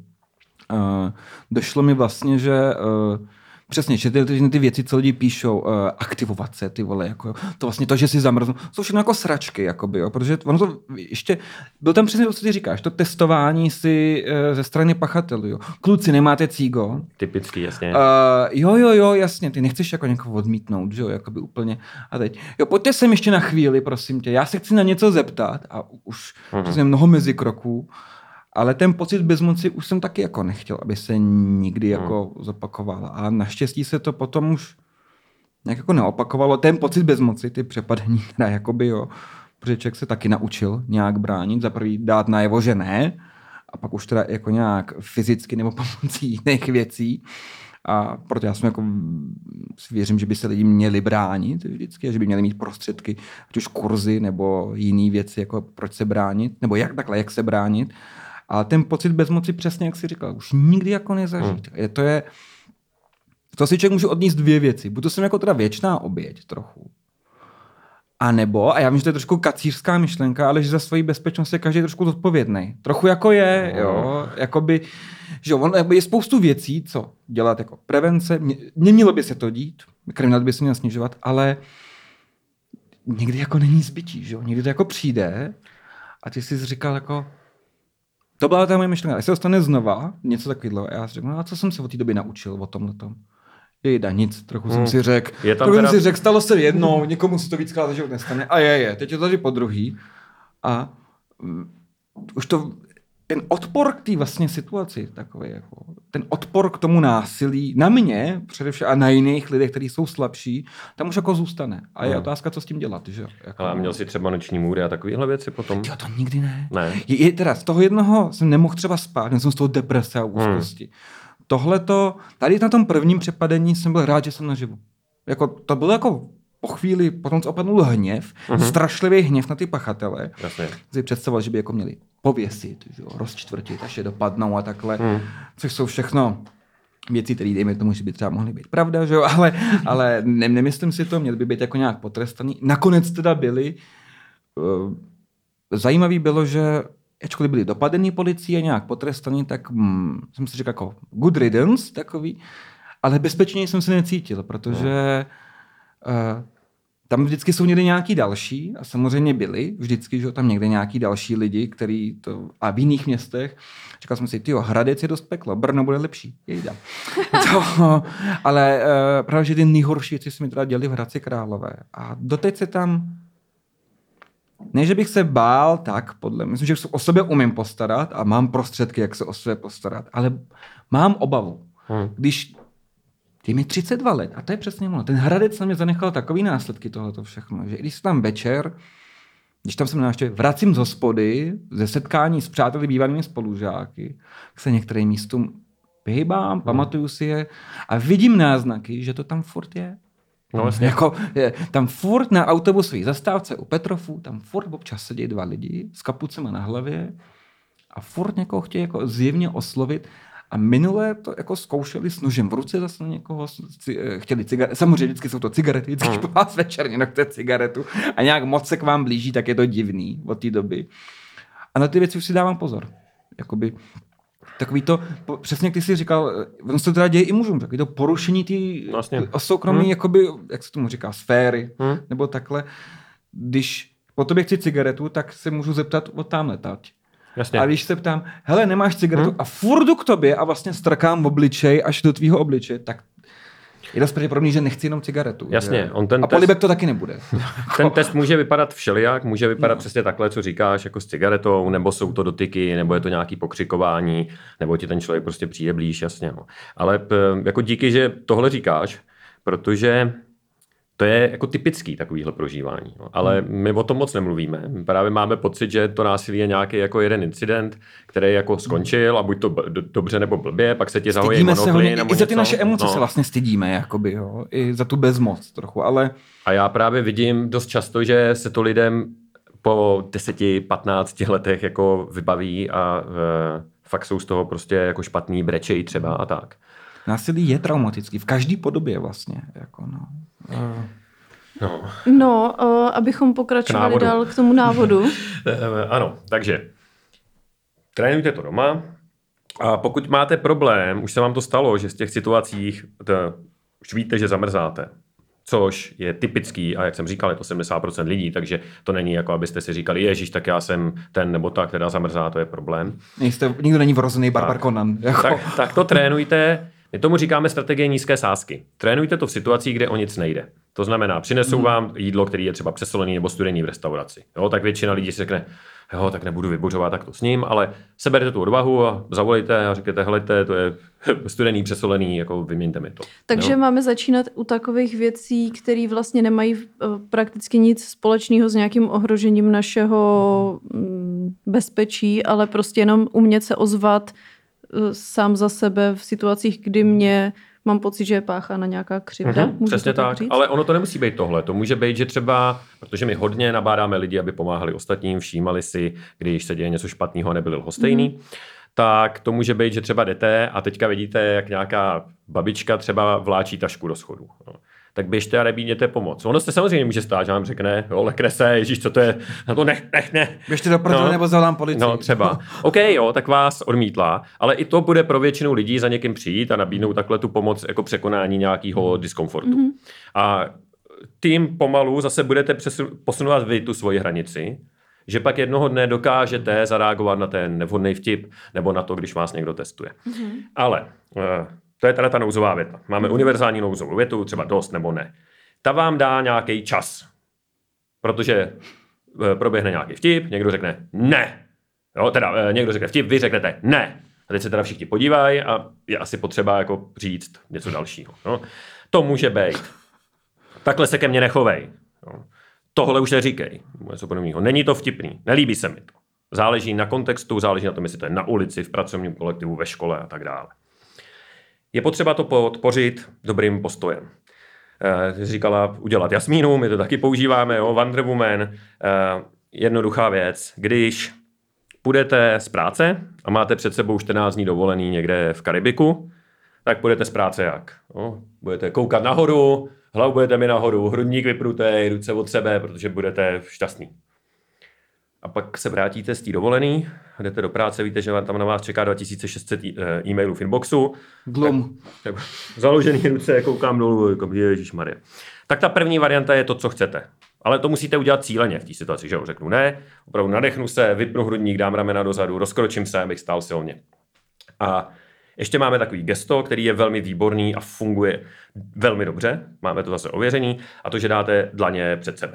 Došlo mi vlastně, že přesně, že ty věci, co lidi píšou, aktivovat se, ty vole, jako, to vlastně to, že si zamrznou, jsou všechno jako sračky, jakoby, jo, protože ono to ještě, byl tam přesně to, co ty říkáš, to testování si ze strany pachatelů, jo. Kluci, nemáte cígo. Typický, jasně. Jo, jasně, ty nechceš jako někoho odmítnout, že jo, jakoby úplně. A teď, jo, pojďte sem ještě na chvíli, prosím tě, já se chci na něco zeptat a už přesně mnoho mezikroků. Ale ten pocit bezmoci už jsem taky jako nechtěl, aby se nikdy jako zopakoval. A naštěstí se to potom už nějak jako neopakovalo. Ten pocit bezmoci, ty přepadení, teda jakoby jo, protože člověk se taky naučil nějak bránit, za prvý dát najevo, že ne, a pak už teda jako nějak fyzicky nebo pomocí jiných věcí. A proto já jsem jako věřím, že by se lidi měli bránit vždycky, a že by měli mít prostředky, ať už kurzy nebo jiné věci, jako proč se bránit, nebo jak se bránit. A ten pocit bezmoci, přesně jak jsi říkal, už nikdy jako nezažít. To si člověk může odníst dvě věci. Buď to jsem jako teda věčná oběť trochu. A nebo, a já vím, že to je trošku kacířská myšlenka, ale že za svoji bezpečnost je každý trošku zodpovědný. Trochu jako je, jo, jakoby, že je spoustu věcí, co dělat jako prevence, nemělo by se to dít, kriminál by se měl snižovat, ale někdy jako není zbytí, že jo, někdy to jako přijde a ty jsi říkal jako, to byla ta moje myšlenka, až se dostane znova něco takového a já si řeknu, no a co jsem se od té doby naučil o tomhletom? Jejda, nic, trochu jsem si řekl, stalo se jednou, někomu si to víckrát za život nestane a teď je to tady po druhý a už to, ten odpor k té vlastně situaci, takový jako, ten odpor k tomu násilí na mě především a na jiných lidech, kteří jsou slabší, tam už jako zůstane. A je otázka, co s tím dělat. Že? Jako, ale měl jsi třeba noční můry a takovéhle věci potom? Jo, to nikdy ne. Teda z toho jednoho jsem nemohl třeba spát, měl jsem z toho deprese a úzkosti. Tohleto, tady na tom prvním přepadení jsem byl rád, že jsem naživu. Jako, to bylo jako po chvíli, potom co opadnul hněv, strašlivý hněv na ty pachatele. Jasně. Si představoval, že by jako měli pověsit, že jo, rozčtvrtit, až je dopadnou a takhle, což jsou všechno věci, které dejme tomu, že by třeba mohly být pravda, že jo, ale nemyslím si to, měli by být jako nějak potrestaný. Nakonec teda byli. Zajímavý bylo, že ačkoliv byli dopadení policií a nějak potrestaní, tak jsem si řekl jako good riddance takový, ale bezpečněji jsem se necítil, protože tam vždycky jsou někde nějaký další a samozřejmě byli vždycky, že tam někde nějaký další lidi, který to, a v jiných městech. Říkal jsem si, Hradec je dost peklo, Brno bude lepší. Jejda. Ale právě, že ty nejhorší věci se mi teda děli v Hradci Králové. A doteď se tam, ne, že bych se bál, tak podle mě, myslím, že o sebe umím postarat a mám prostředky, jak se o sebe postarat, ale mám obavu. Když je mi 32 let a to je přesně ono. Ten Hradec na mě zanechal takový následky tohoto všechno, že když jsem tam večer, když tam jsem na návštěvě, vracím z hospody, ze setkání s přáteli bývalými spolužáky, tak se některým místům vyhýbám, pamatuju si je a vidím náznaky, že to tam furt je. No, vlastně. Jako, tam furt na autobusové zastávce u Petrofu, tam furt občas sedí dva lidi s kapucema na hlavě a furt někoho chtějí jako zjevně oslovit. A minule to jako zkoušeli s nožem v ruce zase na někoho, chtěli cigarety, samozřejmě vždycky jsou to cigarety, vždycky po vás večer někdo chce cigaretu a nějak moc se k vám blíží, tak je to divný od té doby. A na ty věci už si dávám pozor. Jakoby takový to, přesně jak ty jsi říkal, ono se to teda děje i mužům, takový to porušení té soukromí, jakoby, jak se tomu říká, sféry, nebo takhle. Když po tobě chci cigaretu, tak se můžu zeptat od tamhle tať. Jasně. A když se ptám, hele, nemáš cigaretu a furt jdu k tobě a vlastně strkám v obličej až do tvýho obličeje, tak je dost pravděpodobný, že nechci jenom cigaretu. Jasně. A polibek to taky nebude. Ten test může vypadat všelijak, může vypadat přesně takhle, co říkáš, jako s cigaretou, nebo jsou to dotyky, nebo je to nějaký pokřikování, nebo ti ten člověk prostě přijde blíž, jasně. No. Ale jako díky, že tohle říkáš, protože to je jako typický takovýhle prožívání. No. Ale my o tom moc nemluvíme. My právě máme pocit, že to násilí je nějaký jako jeden incident, který jako skončil a buď to dobře nebo blbě, pak se ti zahojí monokly. I za ty naše emoce se vlastně stydíme, jakoby, jo. I za tu bezmoc trochu, ale... A já právě vidím dost často, že se to lidem po 10-15 letech jako vybaví a fakt jsou z toho prostě jako špatný, brečej třeba a tak. Násilí je traumatický v každé podobě vlastně. Jako no. No, abychom pokračovali dál k tomu návodu. Ano, takže trénujte to doma a pokud máte problém, už se vám to stalo, že z těch situacích už víte, že zamrzáte, což je typický a jak jsem říkal, je to 70% lidí, takže to není jako, abyste si říkali, ježiš, tak já jsem ten nebo ta, která zamrzá, to je problém. Nikdo není vrozený Barbar Conan. Jako. Tak to trénujte. My tomu říkáme strategie nízké sázky. Trénujte to v situacích, kde o nic nejde. To znamená, přinesou vám jídlo, které je třeba přesolený nebo studený v restauraci. Jo, tak většina lidí si řekne, jo, tak nebudu vybořovat takto s ním, ale seberete tu odvahu a zavolejte a řekněte, helejte, to je studený, přesolený, jako vyměňte mi to. Takže máme začínat u takových věcí, které vlastně nemají prakticky nic společného s nějakým ohrožením našeho bezpečí, ale prostě jenom umět se ozvat sám za sebe v situacích, kdy mám pocit, že je páchána nějaká křivda. Přesně tak, ale ono to nemusí být tohle. To může být, že třeba, protože my hodně nabádáme lidi, aby pomáhali ostatním, všímali si, když se děje něco špatného a nebyli lhostejný, tak to může být, že třeba jdete a teďka vidíte, jak nějaká babička třeba vláčí tašku do schodu. No. Tak běžte a nebídněte pomoc. Ono se samozřejmě může stát, že vám řekne, jo, lekne se, ježíš, co to je, na to nech. Běžte do prdele nebo zavolám policii. No, třeba. OK, jo, tak vás odmítla, ale i to bude pro většinu lidí za někým přijít a nabídnout takhle tu pomoc jako překonání nějakého diskomfortu. A tím pomalu zase budete posunovat vy tu svoji hranici, že pak jednoho dne dokážete zareagovat na ten nevhodný vtip nebo na to, když vás někdo testuje. Ale to je teda ta nouzová věta. Máme univerzální nouzovou větu, třeba dost nebo ne. Ta vám dá nějaký čas. Protože proběhne nějaký vtip, někdo řekne ne. Jo, teda někdo řekne vtip, vy řeknete ne. A teď se teda všichni podívají a je asi potřeba jako říct něco dalšího. No. To může být. Takhle se ke mně nechovej. No. Tohle už neříkej. Něco podobného. Není to vtipný. Nelíbí se mi to. Záleží na kontextu, záleží na tom, jestli to je na ulici, v pracovním kolektivu, ve škole a tak dále. Je potřeba to podpořit dobrým postojem. Ty jsi říkala udělat Jasmínu, my to taky používáme, jo, Wonder Woman. Jednoduchá věc. Když půjdete z práce a máte před sebou 14 dní dovolený někde v Karibiku, tak půjdete z práce jak? No, budete koukat nahoru, hlavu budete mi nahoru, hrudník vyprutej, ruce od sebe, protože budete šťastný. A pak se vrátíte z té dovolený, jdete do práce, víte, že tam na vás čeká 2600 e-mailů v inboxu. Glum. Založený ruce, koukám dolů, ježišmarja. Tak ta první varianta je to, co chcete. Ale to musíte udělat cíleně v té situaci, že jo, řeknu ne, opravdu nadechnu se, vypnu hrudník, dám ramena dozadu, rozkročím se, abych stál silně. A ještě máme takový gesto, který je velmi výborný a funguje velmi dobře, máme to zase ověřený, a to, že dáte dlaně před sebe.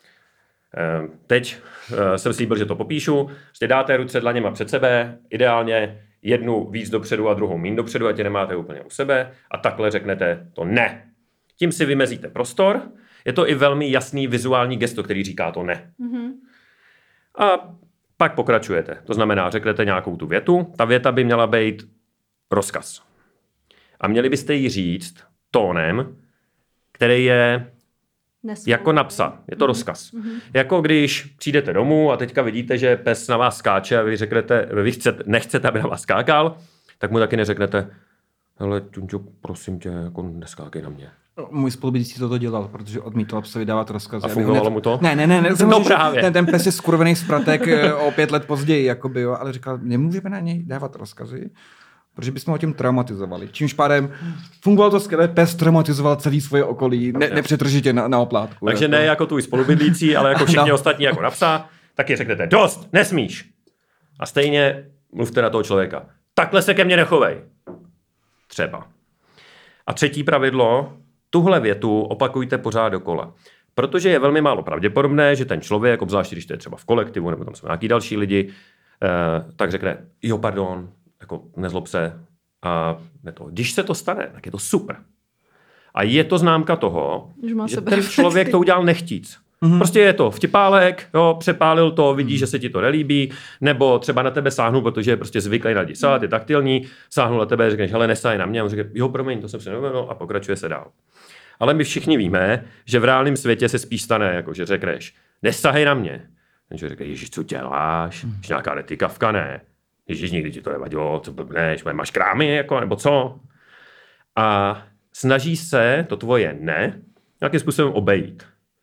Teď jsem slíbil, že to popíšu. Že dáte ruce dlaněma před sebe, ideálně jednu víc dopředu a druhou míň dopředu, ať je nemáte úplně u sebe a takhle řeknete to ne. Tím si vymezíte prostor. Je to i velmi jasný vizuální gesto, který říká to ne. A pak pokračujete. To znamená, řeknete nějakou tu větu. Ta věta by měla být rozkaz. A měli byste ji říct tónem, který je jako na psa. Je to rozkaz. Jako když přijdete domů a teďka vidíte, že pes na vás skáče a vy řeknete, nechcete, aby na vás skákal, tak mu taky neřeknete, hele, Čunčo, prosím tě, jako neskákej na mě. Můj spolubydlící toto dělal, protože odmítal psovi dávat rozkazy. A fungovalo mu to? Ne. No právě. Ten pes je skurvený zpratek o 5 let později, jakoby, jo, ale říkal, nemůžeme na něj dávat rozkazy, protože bychom ho tím traumatizovali. Čímž pádem fungovalo to skvěle, pes traumatizoval celý svoje okolí, nepřetržitě na oplátku. Takže ne jako tvůj spolubydlící, ale jako všichni ostatní jako na psa, taky řeknete, dost, nesmíš. A stejně mluvte na toho člověka. Takhle se ke mně nechovej. Třeba. A třetí pravidlo, tuhle větu opakujte pořád dokola. Protože je velmi málo pravděpodobné, že ten člověk, obzvláště když to je třeba v kolektivu, nebo tam jsou nějaký další lidi, tak řekne, jo, pardon, jako nezlob se. A když se to stane, tak je to super. A je to známka toho, že ten člověk to udělal nechtíc. Prostě je to vtipálek, jo, přepálil to, vidí, že se ti to nelíbí, nebo třeba na tebe sáhnul, protože je prostě zvyklý na disát, je taktilní, sáhnul na tebe, řekneš, hele, nesaj na mě, a on řekne, jo, promiň, to jsem si neuvědomil, a pokračuje se dál. Ale my všichni víme, že v reálném světě se spíš stane, jako že řekneš, nesahej na mě. Takže řekne, ježiš, co děláš? Jsi nějaká netykavka, ne? Ježiš, nikdy ti to nevadilo, co blbneš, máš krámy, jako, nebo co? A snaží se to tvoje ne nějakým způsobem obejít.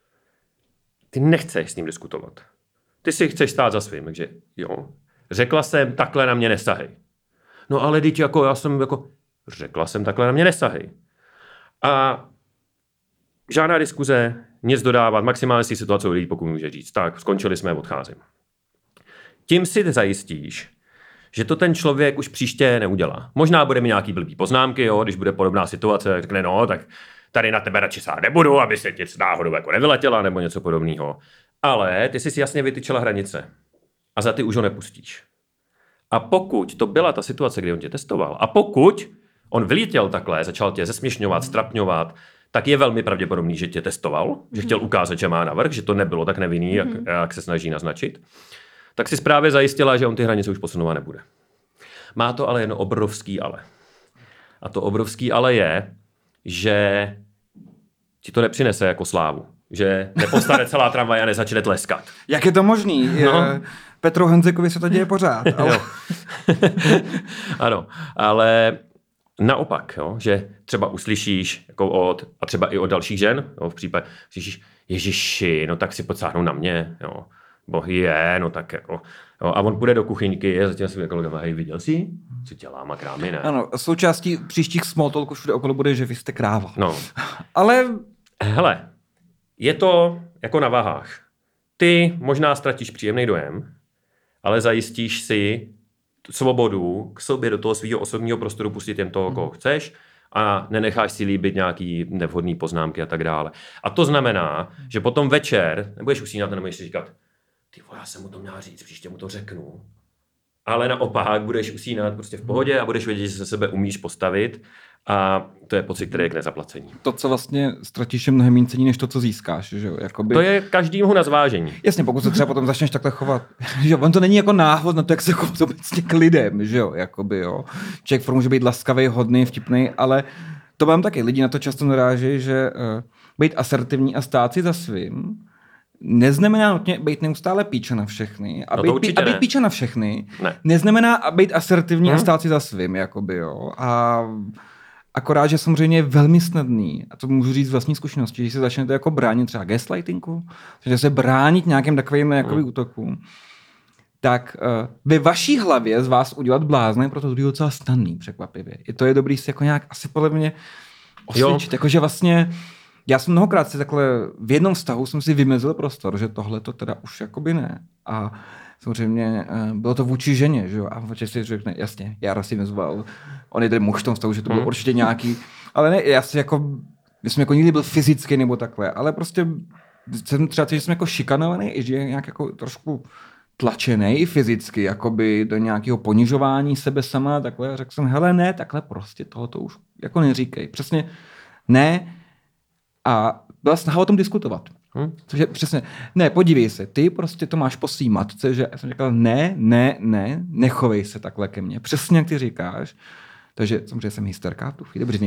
ty nechceš s ním diskutovat. Ty si chceš stát za svým, takže jo. Řekla jsem, takhle na mě nesahej. No ale teď jako já jsem jako, řekla jsem, takhle na mě nesahej. A žádná diskuze, nic dodávat, maximálně si situaci lidí, pokud může říct. Tak, skončili jsme, odcházím. Tím si zajistíš, že to ten člověk už příště neudělá. Možná bude mít nějaký blbý poznámky, jo, když bude podobná situace, řekne, no, tak tady na tebe radši sát nebudu, aby se ti náhodou jako nevyletěla nebo něco podobného. Ale ty jsi si jasně vytyčila hranice a za ty už ho nepustíš. A pokud to byla ta situace, kdy on tě testoval, a pokud on vylítěl takhle, začal tě zesměšňovat, strapňovat, tak je velmi pravděpodobný, že tě testoval, že chtěl ukázat, že má navrch, že to nebylo tak nevinný, jak se snaží naznačit, tak si právě zajistila, že on ty hranice už posunovat nebude. Má to ale jedno obrovský ale. A to obrovský ale je, že ti to nepřinese jako slávu. Že nepostane celá tramvaj a nezačne tleskat. Jak je to možný? No. Petru Henzekovi se to děje pořád. Ale... Ano, ale naopak, jo, že třeba uslyšíš jako a třeba i od dalších žen, jo, v případě, slyšíš, Ježiši, no tak si pocáhnou na mě, jo. Bohy je, no tak jako. Jo, a on půjde do kuchyňky a zatím svým kolegama, hej, viděl jsi? Co dělá makrámy, ne? Ano, součástí příštích small talků všude okolo bude, že vy jste kráva. No. Ale... Hele, je to jako na vahách. Ty možná ztratíš příjemný dojem, ale zajistíš si svobodu k sobě do toho svého osobního prostoru pustit jen toho, koho chceš a nenecháš si líbit nějaký nevhodný poznámky a tak dále. A to znamená, že potom večer nebudeš usínat a nebudeš si říkat, ty vole, já jsem mu to měl říct, příště mu to řeknu. Ale naopak budeš usínat prostě v pohodě a budeš vědět, že se sebe umíš postavit a to je pocit, který je k nezaplacení. To, co vlastně ztratíš, je mnohem méně cení, než to, co získáš. Že? Jakoby... To je každému na zvážení. Jasně, pokud se třeba potom začneš takhle chovat. Že on to není jako návod na to, jak se chovat obecně k lidem. Že jo? Jakoby, jo. Člověk může být laskavý, hodný, vtipný, ale to mám taky. Lidi na to často narážejí, že být asertivní a stát si za svým neznamená nutně být neustále píča na všechny. A být píča na všechny neznamená být asertivní a stát si za svým. Jakoby, jo. A akorát, že samozřejmě je velmi snadný, a to můžu říct z vlastní zkušenosti, když se začnete jako bránit třeba gaslightingu, že se bránit nějakým takovým útokům, tak ve vaší hlavě z vás udělat blázny, proto to je docela snadný, překvapivě. I to je dobrý si jako nějak asi podle mě osvědčit. Jakože vlastně já jsem mnohokrát si takhle v jednom vztahu jsem si vymezil prostor, že tohle to teda už jakoby ne. A samozřejmě bylo to vůči ženě, že jo? A vůči si řekne, jasně, Jara si vyzval, on je ten muž v tom vztahu, že to bylo určitě nějaký, ale ne, já si jako, my jsme jako nikdy byl fyzicky nebo takhle, ale prostě jsem třeba, že jsem jako šikanovaný, i že je nějak jako trošku tlačený i fyzicky, jakoby do nějakého ponižování sebe sama, takhle, řekl jsem, hele ne, takhle prostě tohoto už jako neříkej, přesně ne, a byla snaha o tom diskutovat. Cože přesně, ne, podívej se, ty prostě to máš po svý matce, že já jsem říkal, nechovej se takhle ke mně, přesně jak ty říkáš. Takže samozřejmě jsem hysterka v tu chvíli, protože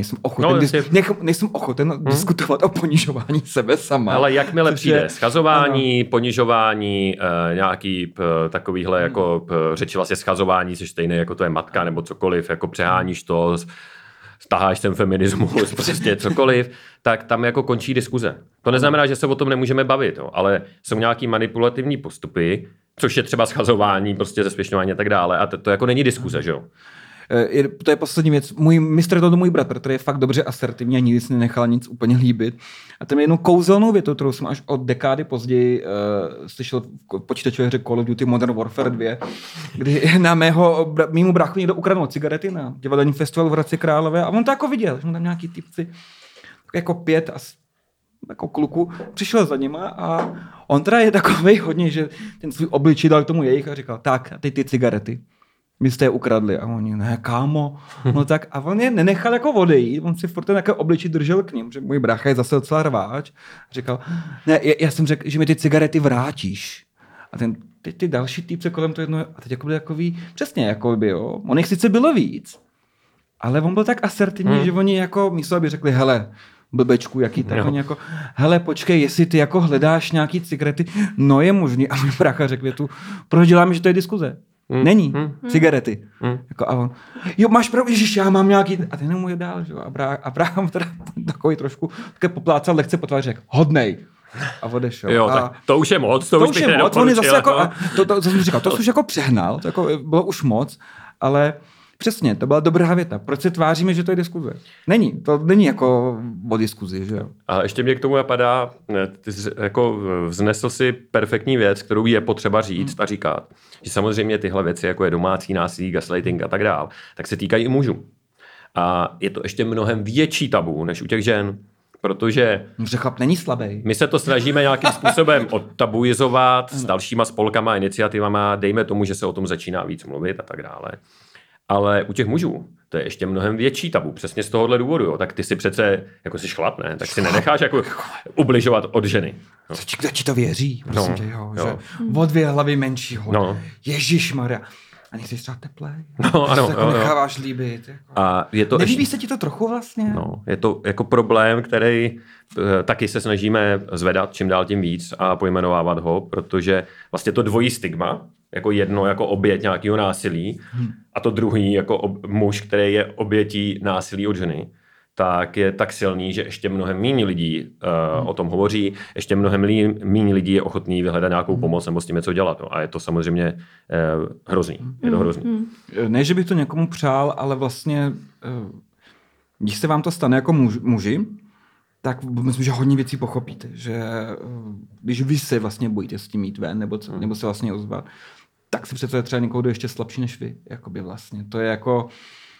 nejsem ochoten diskutovat o ponižování sebe sama. Ale jakmile přijde schazování, ponižování, nějaký takovýhle jako řeči vlastně schazování, což stejné jako to je matka nebo cokoliv, jako přeháníš to, staháš ten feminismus, prostě cokoliv, tak tam jako končí diskuze. To neznamená, že se o tom nemůžeme bavit, jo, ale jsou nějaký manipulativní postupy, což je třeba schazování, prostě zesměšňování a tak dále, a to jako není diskuze, že jo. To je poslední věc. Můj mistr to můj bratr, který je fakt dobře asertivní a nikdy si nenechal nic úplně líbit. A tam je jednou kouzelnou větou, kterou jsem až od dekády později slyšel v počítačové hře Call of Duty Modern Warfare 2, kdy na mému bráchu někdo ukradl cigarety na divadelním festivalu v Hradci Králové a on to jako viděl, že mu tam nějaký typci jako 5 jako kluku přišel za nima a on teda je takovej hodně, že ten svůj obličej dal k tomu jejich a říkal, tak a teď ty cigarety. My jste je ukradli. A oni, ne, kámo. No tak, a on je nenechal jako odejít. On si furt ten jako obličej držel k ním, že můj brácha je zase docela rváč. Říkal, ne, já jsem řekl, že mi ty cigarety vrátíš. A ty další týpce kolem to jedno, a teď jako byli takový, přesně, jako by, jo. On jich sice bylo víc, ale on byl tak asertivní, že oni jako místo, aby řekli, hele, blbečku, jaký tak oni jako, hele, počkej, jestli ty jako hledáš nějaký cigarety, no je možný. A můj brácha řekl větu, proč děláme, že to je diskuze? Není. Cigarety. Jako, a on, jo, máš pravdu, ježiš, já mám nějaký, a ten mu je dál, že jo, a brácha teda takový trošku také poplácal lehce po tváři, řekl, hodnej. a odešel. Jo, tak to už je moc, to už je moc. On je zase jako, to jsem říkal, to už jako přehnal, to jako bylo už moc, ale přesně, to byla dobrá věta. Proč se tváříme, že to je diskuze? To není jako o diskuzi, že jo? A ještě mě k tomu napadá, ty jsi jako vznesl si perfektní věc, kterou je potřeba říct a říkat, že samozřejmě tyhle věci, jako je domácí násilí, gaslighting a tak dál, tak se týkají i mužů. A je to ještě mnohem větší tabu než u těch žen, protože chlap není slabý. My se to snažíme nějakým způsobem odtabuizovat s dalšíma spolkama, iniciativama, dejme tomu, že se o tom začíná víc mluvit a tak dále. Ale u těch mužů to je ještě mnohem větší tabu, přesně z tohohle důvodu. Jo. Tak ty si přece, jako jsi chlap, ne? Tak si nenecháš jako ubližovat od ženy. No. Kdo ti to věří? Prosím tě, jo. Že o 2 hlavy menšího. No. Ježišmarja. A nejsi třeba teplej. No, ano. Jako necháváš líbit. Jako. A je to Nelíbí se ti to trochu vlastně? No, je to jako problém, který taky se snažíme zvedat čím dál tím víc a pojmenovávat ho, protože vlastně to dvojí stigma, jako jedno jako oběť nějakého násilí a to druhý jako muž, který je obětí násilí od ženy, tak je tak silný, že ještě mnohem méně lidí o tom hovoří, ještě mnohem méně lidí je ochotný vyhledat nějakou pomoc nebo s tím něco dělat. No. A je to samozřejmě hrozný. Je to hrozný. Ne, že bych to někomu přál, ale vlastně, když se vám to stane jako muži, tak myslím, že hodně věcí pochopíte. Že když vy se vlastně bojíte s tím jít ven nebo se vlastně ozvat, tak si přece třeba někoho, kdo je ještě slabší než vy. Jakoby vlastně. To je jako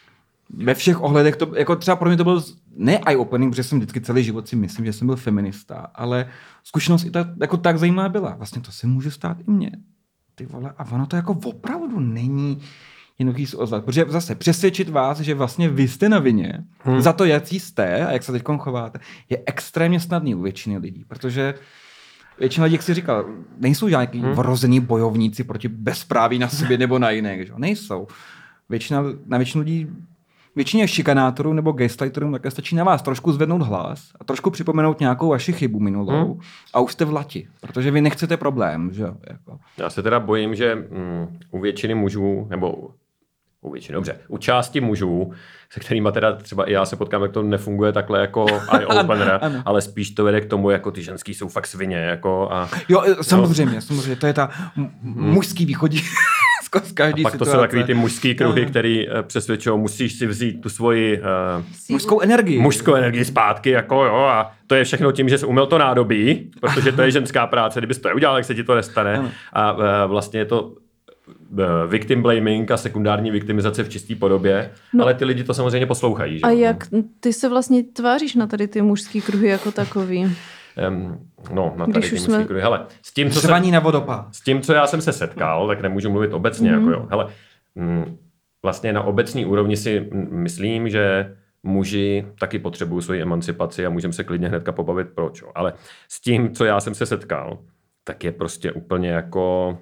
ve všech ohledech, to, jako třeba pro mě to byl ne eye-opening, protože jsem vždycky celý život si myslím, že jsem byl feminista, ale zkušenost i jako tak zajímavá byla. Vlastně to se může stát i mně. Ty vole, a ono to jako opravdu není jednoduchý se ozvat. Protože zase přesvědčit vás, že vlastně vy jste na vině za to, jaký jste a jak se teď chováte, je extrémně snadný u většiny lidí, protože většina lidí, jak si říkal, nejsou žádní vrozený bojovníci proti bezpráví na sobě nebo na jiné. Že? Nejsou. Na většinu lidí, většině šikanátorů nebo gaslighterů také stačí na vás trošku zvednout hlas a trošku připomenout nějakou vaši chybu minulou a už jste v lati, protože vy nechcete problém. Že? Jako. Já se teda bojím, že u většiny mužů, nebo u části mužů, se kterýma teda třeba i já se potkám, jak to nefunguje takhle jako eye-opener, ale spíš to vede k tomu, jako ty ženský jsou fakt svině. Jako jo, samozřejmě, to je ta mužský východí z každý a pak situace. To jsou takový ty mužský kruhy, který přesvědčují, musíš si vzít tu svoji mužskou energii zpátky, jako jo, a to je všechno tím, že jsi uměl to nádobí, protože to je ženská práce, kdybys to neudělal, tak se ti to nestane. A vlastně je to victim blaming a sekundární viktimizace v čisté podobě, ale ty lidi to samozřejmě poslouchají. Že? A jak ty se vlastně tváříš na tady ty mužský kruhy jako takový? Na tady ty mužský kruhy. Hele, s tím, co já jsem se setkal, tak nemůžu mluvit obecně. Jako jo. Hele, vlastně na obecní úrovni si myslím, že muži taky potřebují svoji emancipaci a můžeme se klidně hnedka pobavit proč. Jo. Ale s tím, co já jsem se setkal, tak je prostě úplně jako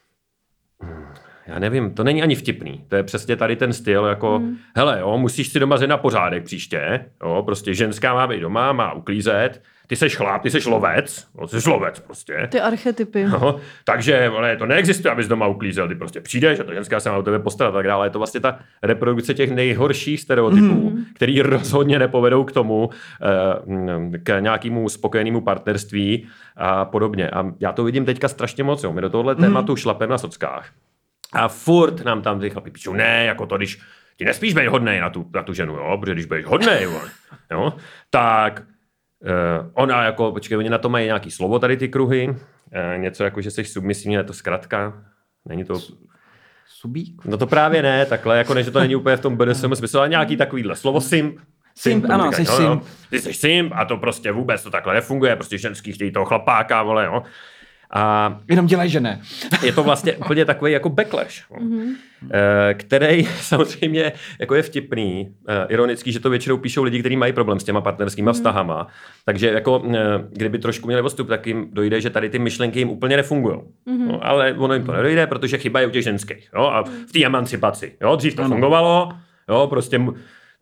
já nevím, to není ani vtipný. To je přesně tady ten styl, jako hele, jo, musíš si doma na pořádek příště, jo, prostě ženská má být doma, má uklízet, ty seš chlap, ty seš lovec, no, ty seš lovec prostě. Ty archetypy. No, takže to neexistuje, abys doma uklízel, ty prostě přijdeš a ta ženská se má o tebe postarat a tak dále. Je to vlastně ta reprodukce těch nejhorších stereotypů, který rozhodně nepovedou k tomu, k nějakému spokojenému partnerství a podobně. A já to vidím teďka strašně moc, jo. My do tohohle tématu šlapeme na sockách. A furt nám tam ty chlapi píšou, ne, jako to, když ti nespíš být hodnej na tu ženu, jo, protože když budeš hodnej, jo, tak ona jako, počkej, oni na to mají nějaký slovo tady ty kruhy, něco jako, že jsi submisivní, je to zkratka, není to... Subík? No to právě ne, takhle, jako než to není úplně v tom BDSM smyslu, ale nějaký takovýhle slovo simp. Ano, jsi simp. Ty jsi simp a to prostě vůbec to takhle nefunguje, prostě ženský chtějí toho chlapáka, vole, jo. A jenom dělej, že ne. Je to vlastně úplně takový jako backlash, který samozřejmě jako je vtipný, ironický, že to většinou píšou lidi, kteří mají problém s těma partnerskýma vztahama. Takže jako kdyby trošku měli odstup, tak jim dojde, že tady ty myšlenky jim úplně nefungují. No, ale ono jim to nedojde, protože chyba je u těch ženských. Jo? A v té emancipaci. Jo? Dřív to fungovalo, jo? Prostě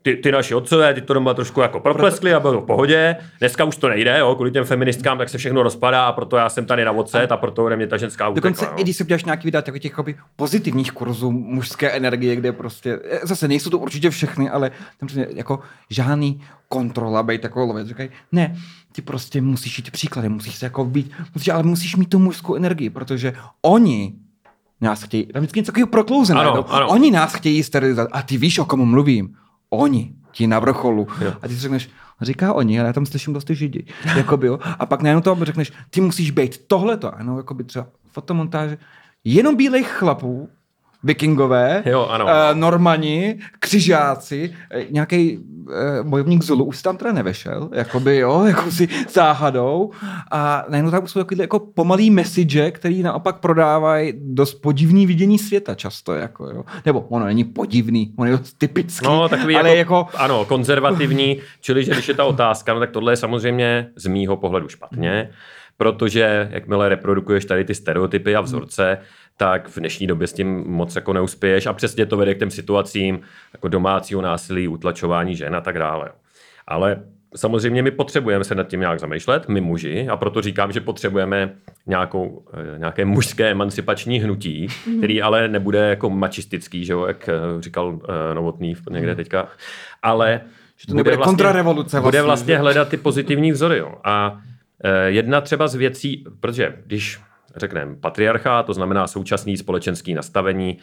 ty naši otcové, ty to doma trošku jako propleskli a bylo to v pohodě. Dneska už to nejde, jo, kvůli těm feministkám, tak se všechno rozpadá a proto já jsem tady na ocet a proto ode mě ta ženská utekla. Dokonce i když se uděláš nějaký videa takových těch pozitivních kurzů mužské energie, kde prostě, zase nejsou to určitě všechny, ale tam jako žádný kontrola, bejt takový lovec, říkají, ne, ty prostě musíš jít příkladem, musíš se jako být, ale musíš mít tu mužskou energii, protože oni nás chtějí, tam vždycky něco takového proklouzené, oni nás chtějí sterilizovat a ty víš, o komu mluvím, oni, ti na vrcholu. Jo. A ty si řekneš, říká oni, ale já tam slyším dost židi. Jakoby, jo. A pak najednou to řekneš, ty musíš být tohleto. Ano, jakoby třeba fotomontáže, jenom bílejch chlapů, vikingové, normani, křižáci, nějaký bojovník Zulu, už tam teda nevešel, jakoby, jo, jako si záhadou a najednou tam jsou takové jako pomalý message, který naopak prodávají dost podivný vidění světa často, jako, jo. Nebo ono není podivný, ono je typický, no, takový ale jako... Ano, konzervativní, čili že když je ta otázka, no, tak tohle je samozřejmě z mýho pohledu špatně, protože jakmile reprodukuješ tady ty stereotypy a vzorce, tak v dnešní době s tím moc jako neuspěješ a přesně to vede k těm situacím jako domácího násilí, utlačování žen a tak dále. Ale samozřejmě my potřebujeme se nad tím nějak zamýšlet, my muži, a proto říkám, že potřebujeme nějaké mužské emancipační hnutí, který ale nebude jako mačistický, že jo, jak říkal Novotný někde teďka, ale že to nebude kontrarevoluce. Bude vlastně hledat ty pozitivní vzory. Jo. A jedna třeba z věcí, protože když řekneme patriarchát, to znamená současný společenský nastavení,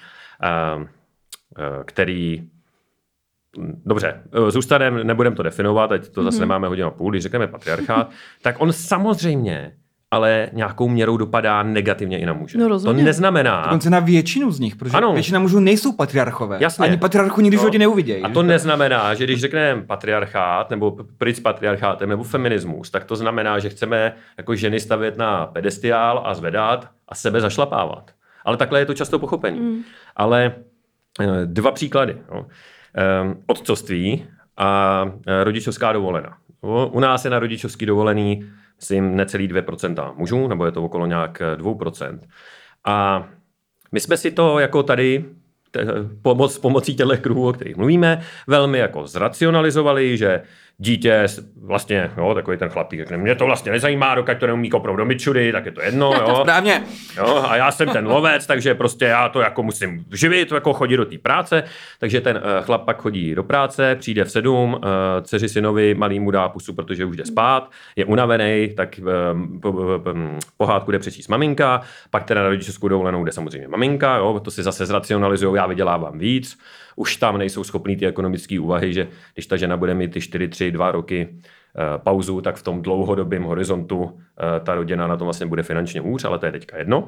který... Dobře, zůstaneme, nebudeme to definovat, ať to zase nemáme hodinu a půl, když řekneme patriarchát, tak on samozřejmě ale nějakou měrou dopadá negativně i na muže. No, to neznamená... Dokonce na většinu z nich, protože většina mužů nejsou patriarchové. Jasně. Ani patriarchu nikdy v životě neuvidějí. A to neznamená, že když řekneme patriarchát, nebo pryč s patriarchátem, nebo feminismus, tak to znamená, že chceme jako ženy stavět na pedestiál a zvedat a sebe zašlapávat. Ale takhle je to často pochopení. Ale dva příklady. No. Otcovství a rodičovská dovolená. U nás je na rodičovský dovolený myslím necelý 2% mužů, nebo je to okolo nějak 2%. A my jsme si to jako tady pomocí těchto kruhů, o kterých mluvíme, velmi jako zracionalizovali, že dítě vlastně, jo, takový ten chlapík, řekne, mě to vlastně nezajímá, dokud to neumí kopnout do mičury, tak je to jedno, jo. Správně. Jo, a já jsem ten lovec, takže prostě já to jako musím živit, jako chodit do té práce, takže ten chlap pak chodí do práce, přijde v 7, dceři synovi malýmu dá pusu, protože už jde spát, je unavený, tak pohádku jde přečíst maminka, pak teda na rodičovskou dovolenou jde samozřejmě maminka, jo, to si zase zracionalizujou, já vydělávám víc, už tam nejsou schopný ty ekonomické úvahy, že když ta žena bude mít ty 2 roky pauzu, tak v tom dlouhodobém horizontu ta rodina na tom vlastně bude finančně hůř, ale to je teďka jedno.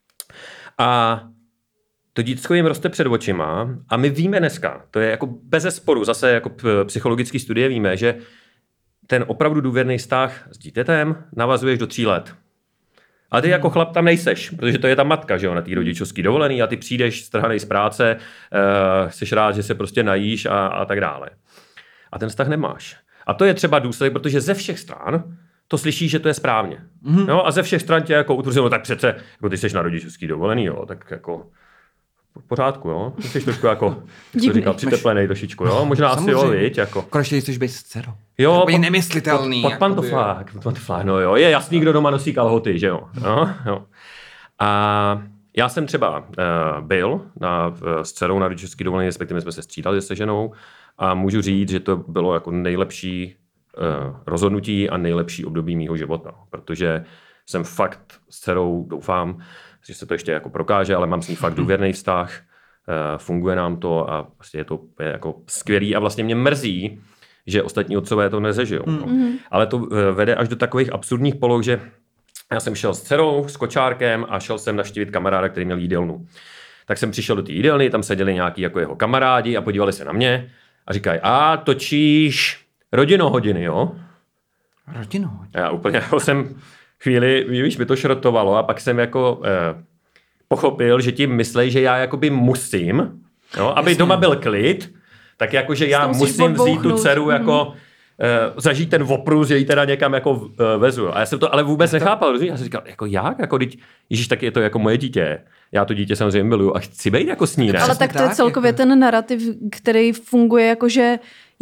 A to dítsko jim roste před očima a my víme dneska, to je jako bezesporu, zase jako psychologické studie víme, že ten opravdu důvěrný vztah s dítětem navazuješ do 3 let. A ty jako chlap tam nejseš, protože to je ta matka, že jo, na té rodičovský dovolený a ty přijdeš strhanej z práce, jsi rád, že se prostě najíš a tak dále. A ten vztah nemáš. A to je třeba důsledek, protože ze všech stran to slyšíš, že to je správně. No, a ze všech stran tě jako utvrzeno, tak přece, jako ty jsi na rodičovský dovolený, jo, tak jako v pořádku, jo. Jsi trošku jako, jak to říkal, přiteplenej trošičku, jo. Možná asi jo, viď, jako. Konečně chceš být s dcerou. Jo, je nemyslitelný. Pod pantoflák, no jo. Je jasný, kdo doma nosí kalhoty, že jo. Jo. A já jsem třeba byl s dcerou na rodičovský dovolený, respektive jsme se střídali se ženou a můžu říct, že to bylo jako nejlepší rozhodnutí a nejlepší období mýho života, protože jsem fakt s dcerou, doufám, že se to ještě jako prokáže, ale mám s ní fakt důvěrný vztah, funguje nám to a vlastně je to jako skvělý a vlastně mě mrzí, že ostatní otcové to nezažijou. No. Ale to vede až do takových absurdních poloh, že já jsem šel s dcerou, s kočárkem a šel jsem navštívit kamaráda, který měl jídelnu. Tak jsem přišel do té jídelny, tam seděli nějaký jako jeho kamarádi a podívali se na mě a říkají, točíš rodinohodiny, jo? Rodinohodiny? Já úplně jako jsem chvíli, víš, by to šrotovalo a pak jsem jako pochopil, že tím myslej, že já jakoby musím, jo, aby doma byl klid, tak jakože já musím vzít tu dceru jako zažít ten oprus, že ji teda někam jako vezu. A já jsem to ale vůbec nechápal, rozumíš? Já jsem říkal, jako jak? Jako Ježíš, tak je to jako moje dítě. Já to dítě samozřejmě miluju a chci být jako s ní, ne? Ale tak to je celkově ten narrativ, který funguje jako, že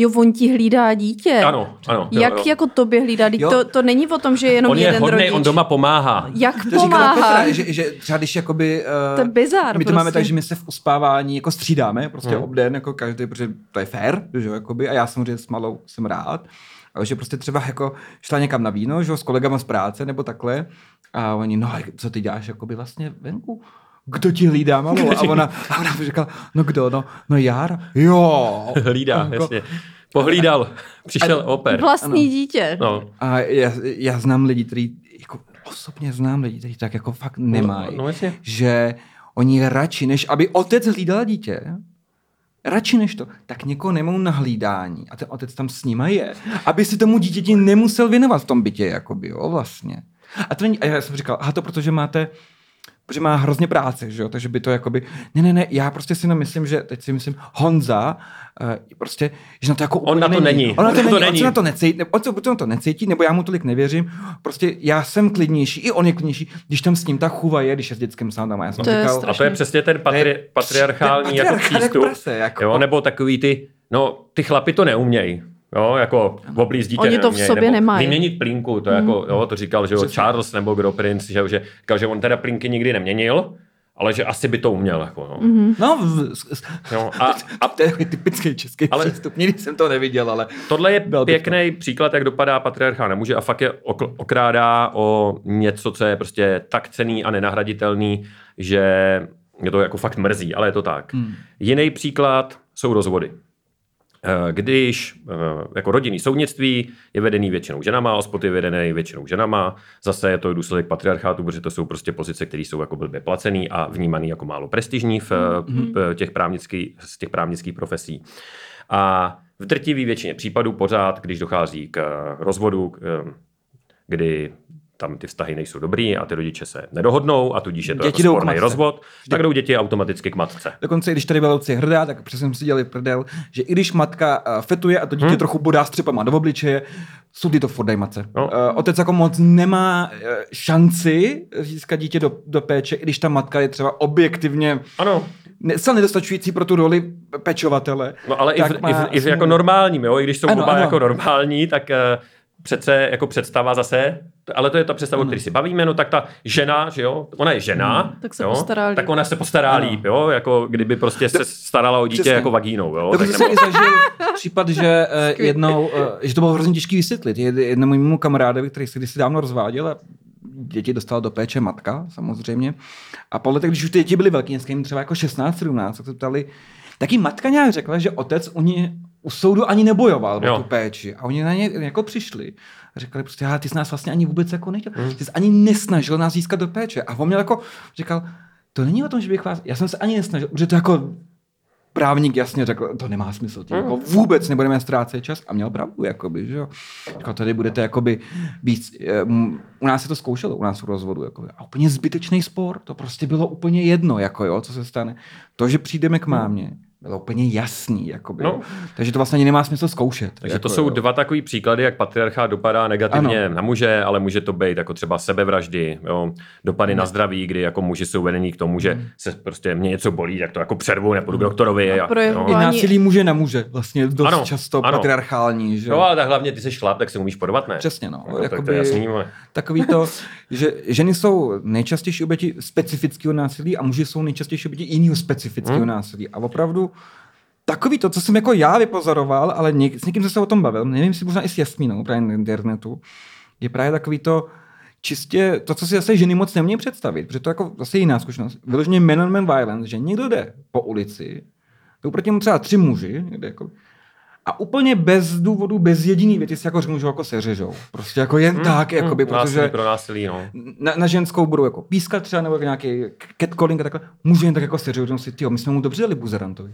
Jo, on ti hlídá dítě. Ano. Jak jo. jako tobě hlídá? To není o tom, že je jenom on je jeden hodnej, rodič. on doma pomáhá. Jak To říkala pomáhá? Petra, že třeba když jakoby... To je bizár my to máme prostě. tak, že my se v uspávání jako střídáme, prostě obden, jako každý, protože to je fair, že jo, jakoby, a já samozřejmě s malou jsem rád, ale že prostě třeba jako šla někam na víno, že jo, s kolegama z práce nebo takhle, a oni, no, co ty děláš jakoby vlastně venku? Kdo ti hlídá malou? A ona říkala, no kdo, no Jára. Jo. Hlídá, jasně. Pohlídal, přišel oper. Vlastní dítě. No. A já znám lidi, kteří, jako osobně znám lidi, kteří tak jako fakt nemají, že oni radši, než aby otec hlídal dítě, radši než to, tak někoho nemou na hlídání a ten otec tam s nima je, aby si tomu dítěti nemusel věnovat v tom bytě, jakoby, jo, vlastně. A já jsem říkal, to protože protože má hrozně práce, že jo, takže by to jakoby, ne, já prostě si myslím, že teď si myslím, Honza, prostě, že na to jako on na to není. On na to necítí, nebo já mu tolik nevěřím, prostě já jsem klidnější, i on je klidnější, když tam s ním ta chůva je, když je s dětskem sám tam. Já jsem říkal, a to je přesně ten patriarchální jako přístup, jo, nebo takový ty chlapi to neumějí. Jo, jako oblíz dítě oni to v sobě nemají. Vyměnit plínku, to jako, jo, to říkal, že Charles nebo kdo princ, že říkal, že on teda plínky nikdy neměnil, ale že asi by to uměl. Jako, a to je typický český přístup, nikdy jsem to neviděl, ale... Tohle je pěkný příklad, jak dopadá patriarchát na muže a fakt je okrádá o něco, co je prostě tak cenný a nenahraditelný, že je to jako fakt mrzí, ale je to tak. Jiný příklad jsou rozvody. Když jako rodinný soudnictví je vedený většinou ženama, ospod je vedený většinou ženama, zase je to důsledek patriarchátu, protože to jsou prostě pozice, které jsou jako blbě placený a vnímaný jako málo prestižní z těch právnických profesí. A v drtivé většině případů pořád, když dochází k rozvodu, kdy tam ty vztahy nejsou dobrý a ty rodiče se nedohodnou a tudíž je to jako sporný rozvod, tak jdou děti automaticky k matce. Dokonce, když tady byla Lucie hrdá, tak přesně jsme si dělali prdel, že i když matka fetuje a to dítě trochu bodá střepama do obličeje, soudy to furt dají matce. No. Otec jako moc nemá šanci získat dítě do péče, i když ta matka je třeba objektivně nedostačující pro tu roli pečovatele. No ale i jako normálním, jo? I když jsou oba jako normální, tak... Přece jako představa zase, ale to je ta představa, o které si bavíme, no tak ta žena, že jo, ona je žena, tak se postará líp. Tak ona se postará líp, jo, jako kdyby prostě se starala o dítě jako vagínou, jo. Tak jsem i zažil případ, že jednou, že to bylo hrozně těžký vysvětlit, jednomu mému kamarádovi, který se kdysi dávno rozváděl a děti dostala do péče matka, samozřejmě, a po letech, když už ty děti byly velký, dneska jim třeba jako 16-17, tak se ptali, taky matka nějak řekla, že otec u soudu ani nebojoval o tu péči. A oni na ně jako přišli a řekli prostě, ty jsi nás vlastně ani vůbec jako nechtěl. Ty jsi ani nesnažil nás získat do péče. A on měl jako, říkal, to není o tom, že bych vás, já jsem se ani nesnažil, protože to jako právník jasně řekl, to nemá smysl, tím jako vůbec nebudeme ztrácet čas. A měl pravdu, jakoby, že jo. Říkal, tady budete jakoby víc, u nás se to zkoušelo, u nás u rozvodu, jakoby. A úplně zbytečný spor, to prostě bylo úplně jedno, jako jo, co se stane. To, že přijdeme k mámě, bylo úplně jasný, jakoby. Takže to vlastně nemá smysl zkoušet. Takže to jsou dva takový příklady, jak patriarchát dopadá negativně na muže, ale může to být jako třeba sebevraždy, jo? Dopady na zdraví, kdy jako muži jsou vedení k tomu, že se prostě mě něco bolí, tak to jako přervu, nepůjdu k doktorovi. I násilí muže na muže, vlastně dost často patriarchální. Že? No ale tak hlavně ty jsi chlap, tak se umíš porvat, ne? Přesně, no. Jakoby, to je jasný, takový to, že ženy jsou nejčastější oběti specifického násilí a muži jsou nejčastější oběti jiného specifického násilí. A opravdu takový to, co jsem jako já vypozoroval, ale s někým se o tom bavil, nevím si možná i s Jasmínou právě na internetu, je právě takový to čistě, to, co si zase ženy moc nemějí představit, protože to jako zase jiná zkušenost. Vyloženě man on man violence, že někdo jde po ulici, jdou proti němu třeba 3 muži, jako, a úplně bez důvodu, bez jediný věty si jako můžou jako seřežou. Prostě jako jen tak, jakoby, protože pro násilí, no. na ženskou budou jako pískat třeba, nebo nějaký catcalling a takhle, muži jen tak jako seřežou, si, my jsme mu dobře dali buzerantovi.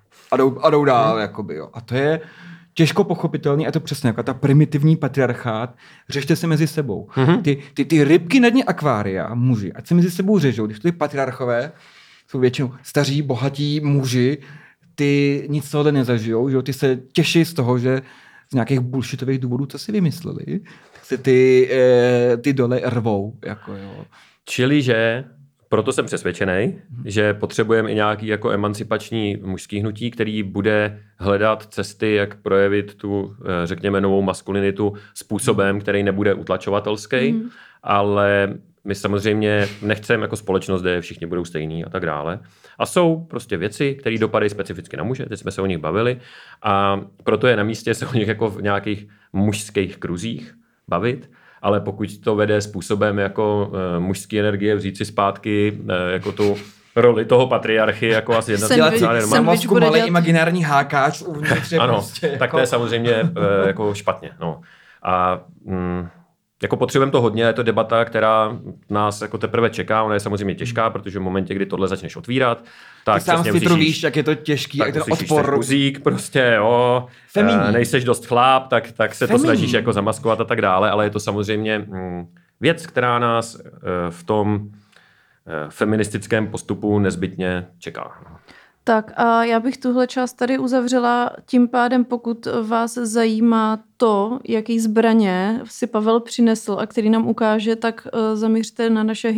A jdou dál, jakoby, jo. A to je těžko pochopitelný, a to přesně jako ta primitivní patriarchát, řešte se mezi sebou. Ty rybky na dně akvária, muži, ať se mezi sebou řežou, když ty patriarchové jsou většinou staří, bohatí muži, ty nic tohle nezažijou, že jo? Ty se těší z toho, že z nějakých bullshitových důvodů, co si vymysleli, tak se ty dole rvou, jako jo. Čili, že proto jsem přesvědčený, že potřebujeme i nějaký jako emancipační mužský hnutí, který bude hledat cesty, jak projevit tu, řekněme, novou maskulinitu způsobem, který nebude utlačovatelský, ale my samozřejmě nechceme jako společnost, kde všichni budou stejní a tak dále. A jsou prostě věci, které dopadají specificky na muže, teď jsme se o nich bavili a proto je na místě se o nich jako v nějakých mužských kruzích bavit, ale pokud to vede způsobem jako mužské energie vzít si zpátky jako tu roli toho patriarchy, jako asi jedna z mozku malý imaginární hákáč uvnitř. Ano, prostě tak jako... to je samozřejmě jako špatně. No. A jako potřebujeme to hodně, je to debata, která nás jako teprve čeká, ona je samozřejmě těžká, protože v momentě, kdy tohle začneš otvírat, tak sám si víš, jak je to těžký, jak ten odpor. Kuzík, prostě, jo, nejseš dost chláp, tak se to snažíš jako zamaskovat a tak dále, ale je to samozřejmě věc, která nás v tom feministickém postupu nezbytně čeká. Tak a já bych tuhle část tady uzavřela tím pádem, pokud vás zajímá to, jaký zbraně si Pavel přinesl a který nám ukáže, tak zaměřte na naše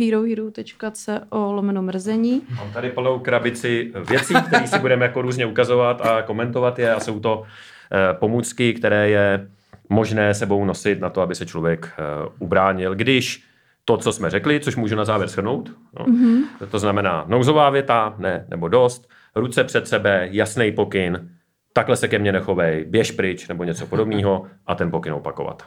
herohero.co/mrzení. Mám tady plnou krabici věcí, které si budeme jako různě ukazovat a komentovat je a jsou to pomůcky, které je možné sebou nosit na to, aby se člověk ubránil, když to, co jsme řekli, což můžu na závěr shrnout, no. To znamená nouzová věta, ne, nebo dost, ruce před sebe, jasný pokyn, takhle se ke mně nechovej, běž pryč nebo něco podobného a ten pokyn opakovat.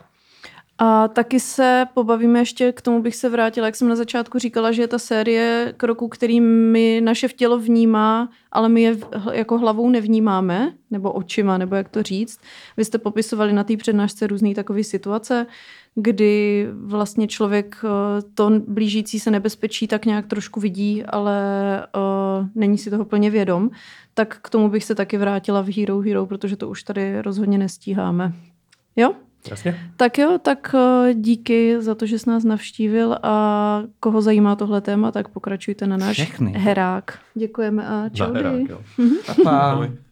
A taky se pobavíme ještě, k tomu bych se vrátila, jak jsem na začátku říkala, že je ta série kroků, který my naše tělo vnímá, ale my je jako hlavou nevnímáme, nebo očima, nebo jak to říct. Vy jste popisovali na té přednášce různý takové situace, kdy vlastně člověk to blížící se nebezpečí tak nějak trošku vidí, ale není si toho plně vědom. Tak k tomu bych se taky vrátila v Hero Hero, protože to už tady rozhodně nestíháme. Jo? Jasně. Tak jo, tak díky za to, že jsi nás navštívil a koho zajímá tohle téma, tak pokračujte na náš herák. Děkujeme a čau. Na herák, jo. Pa.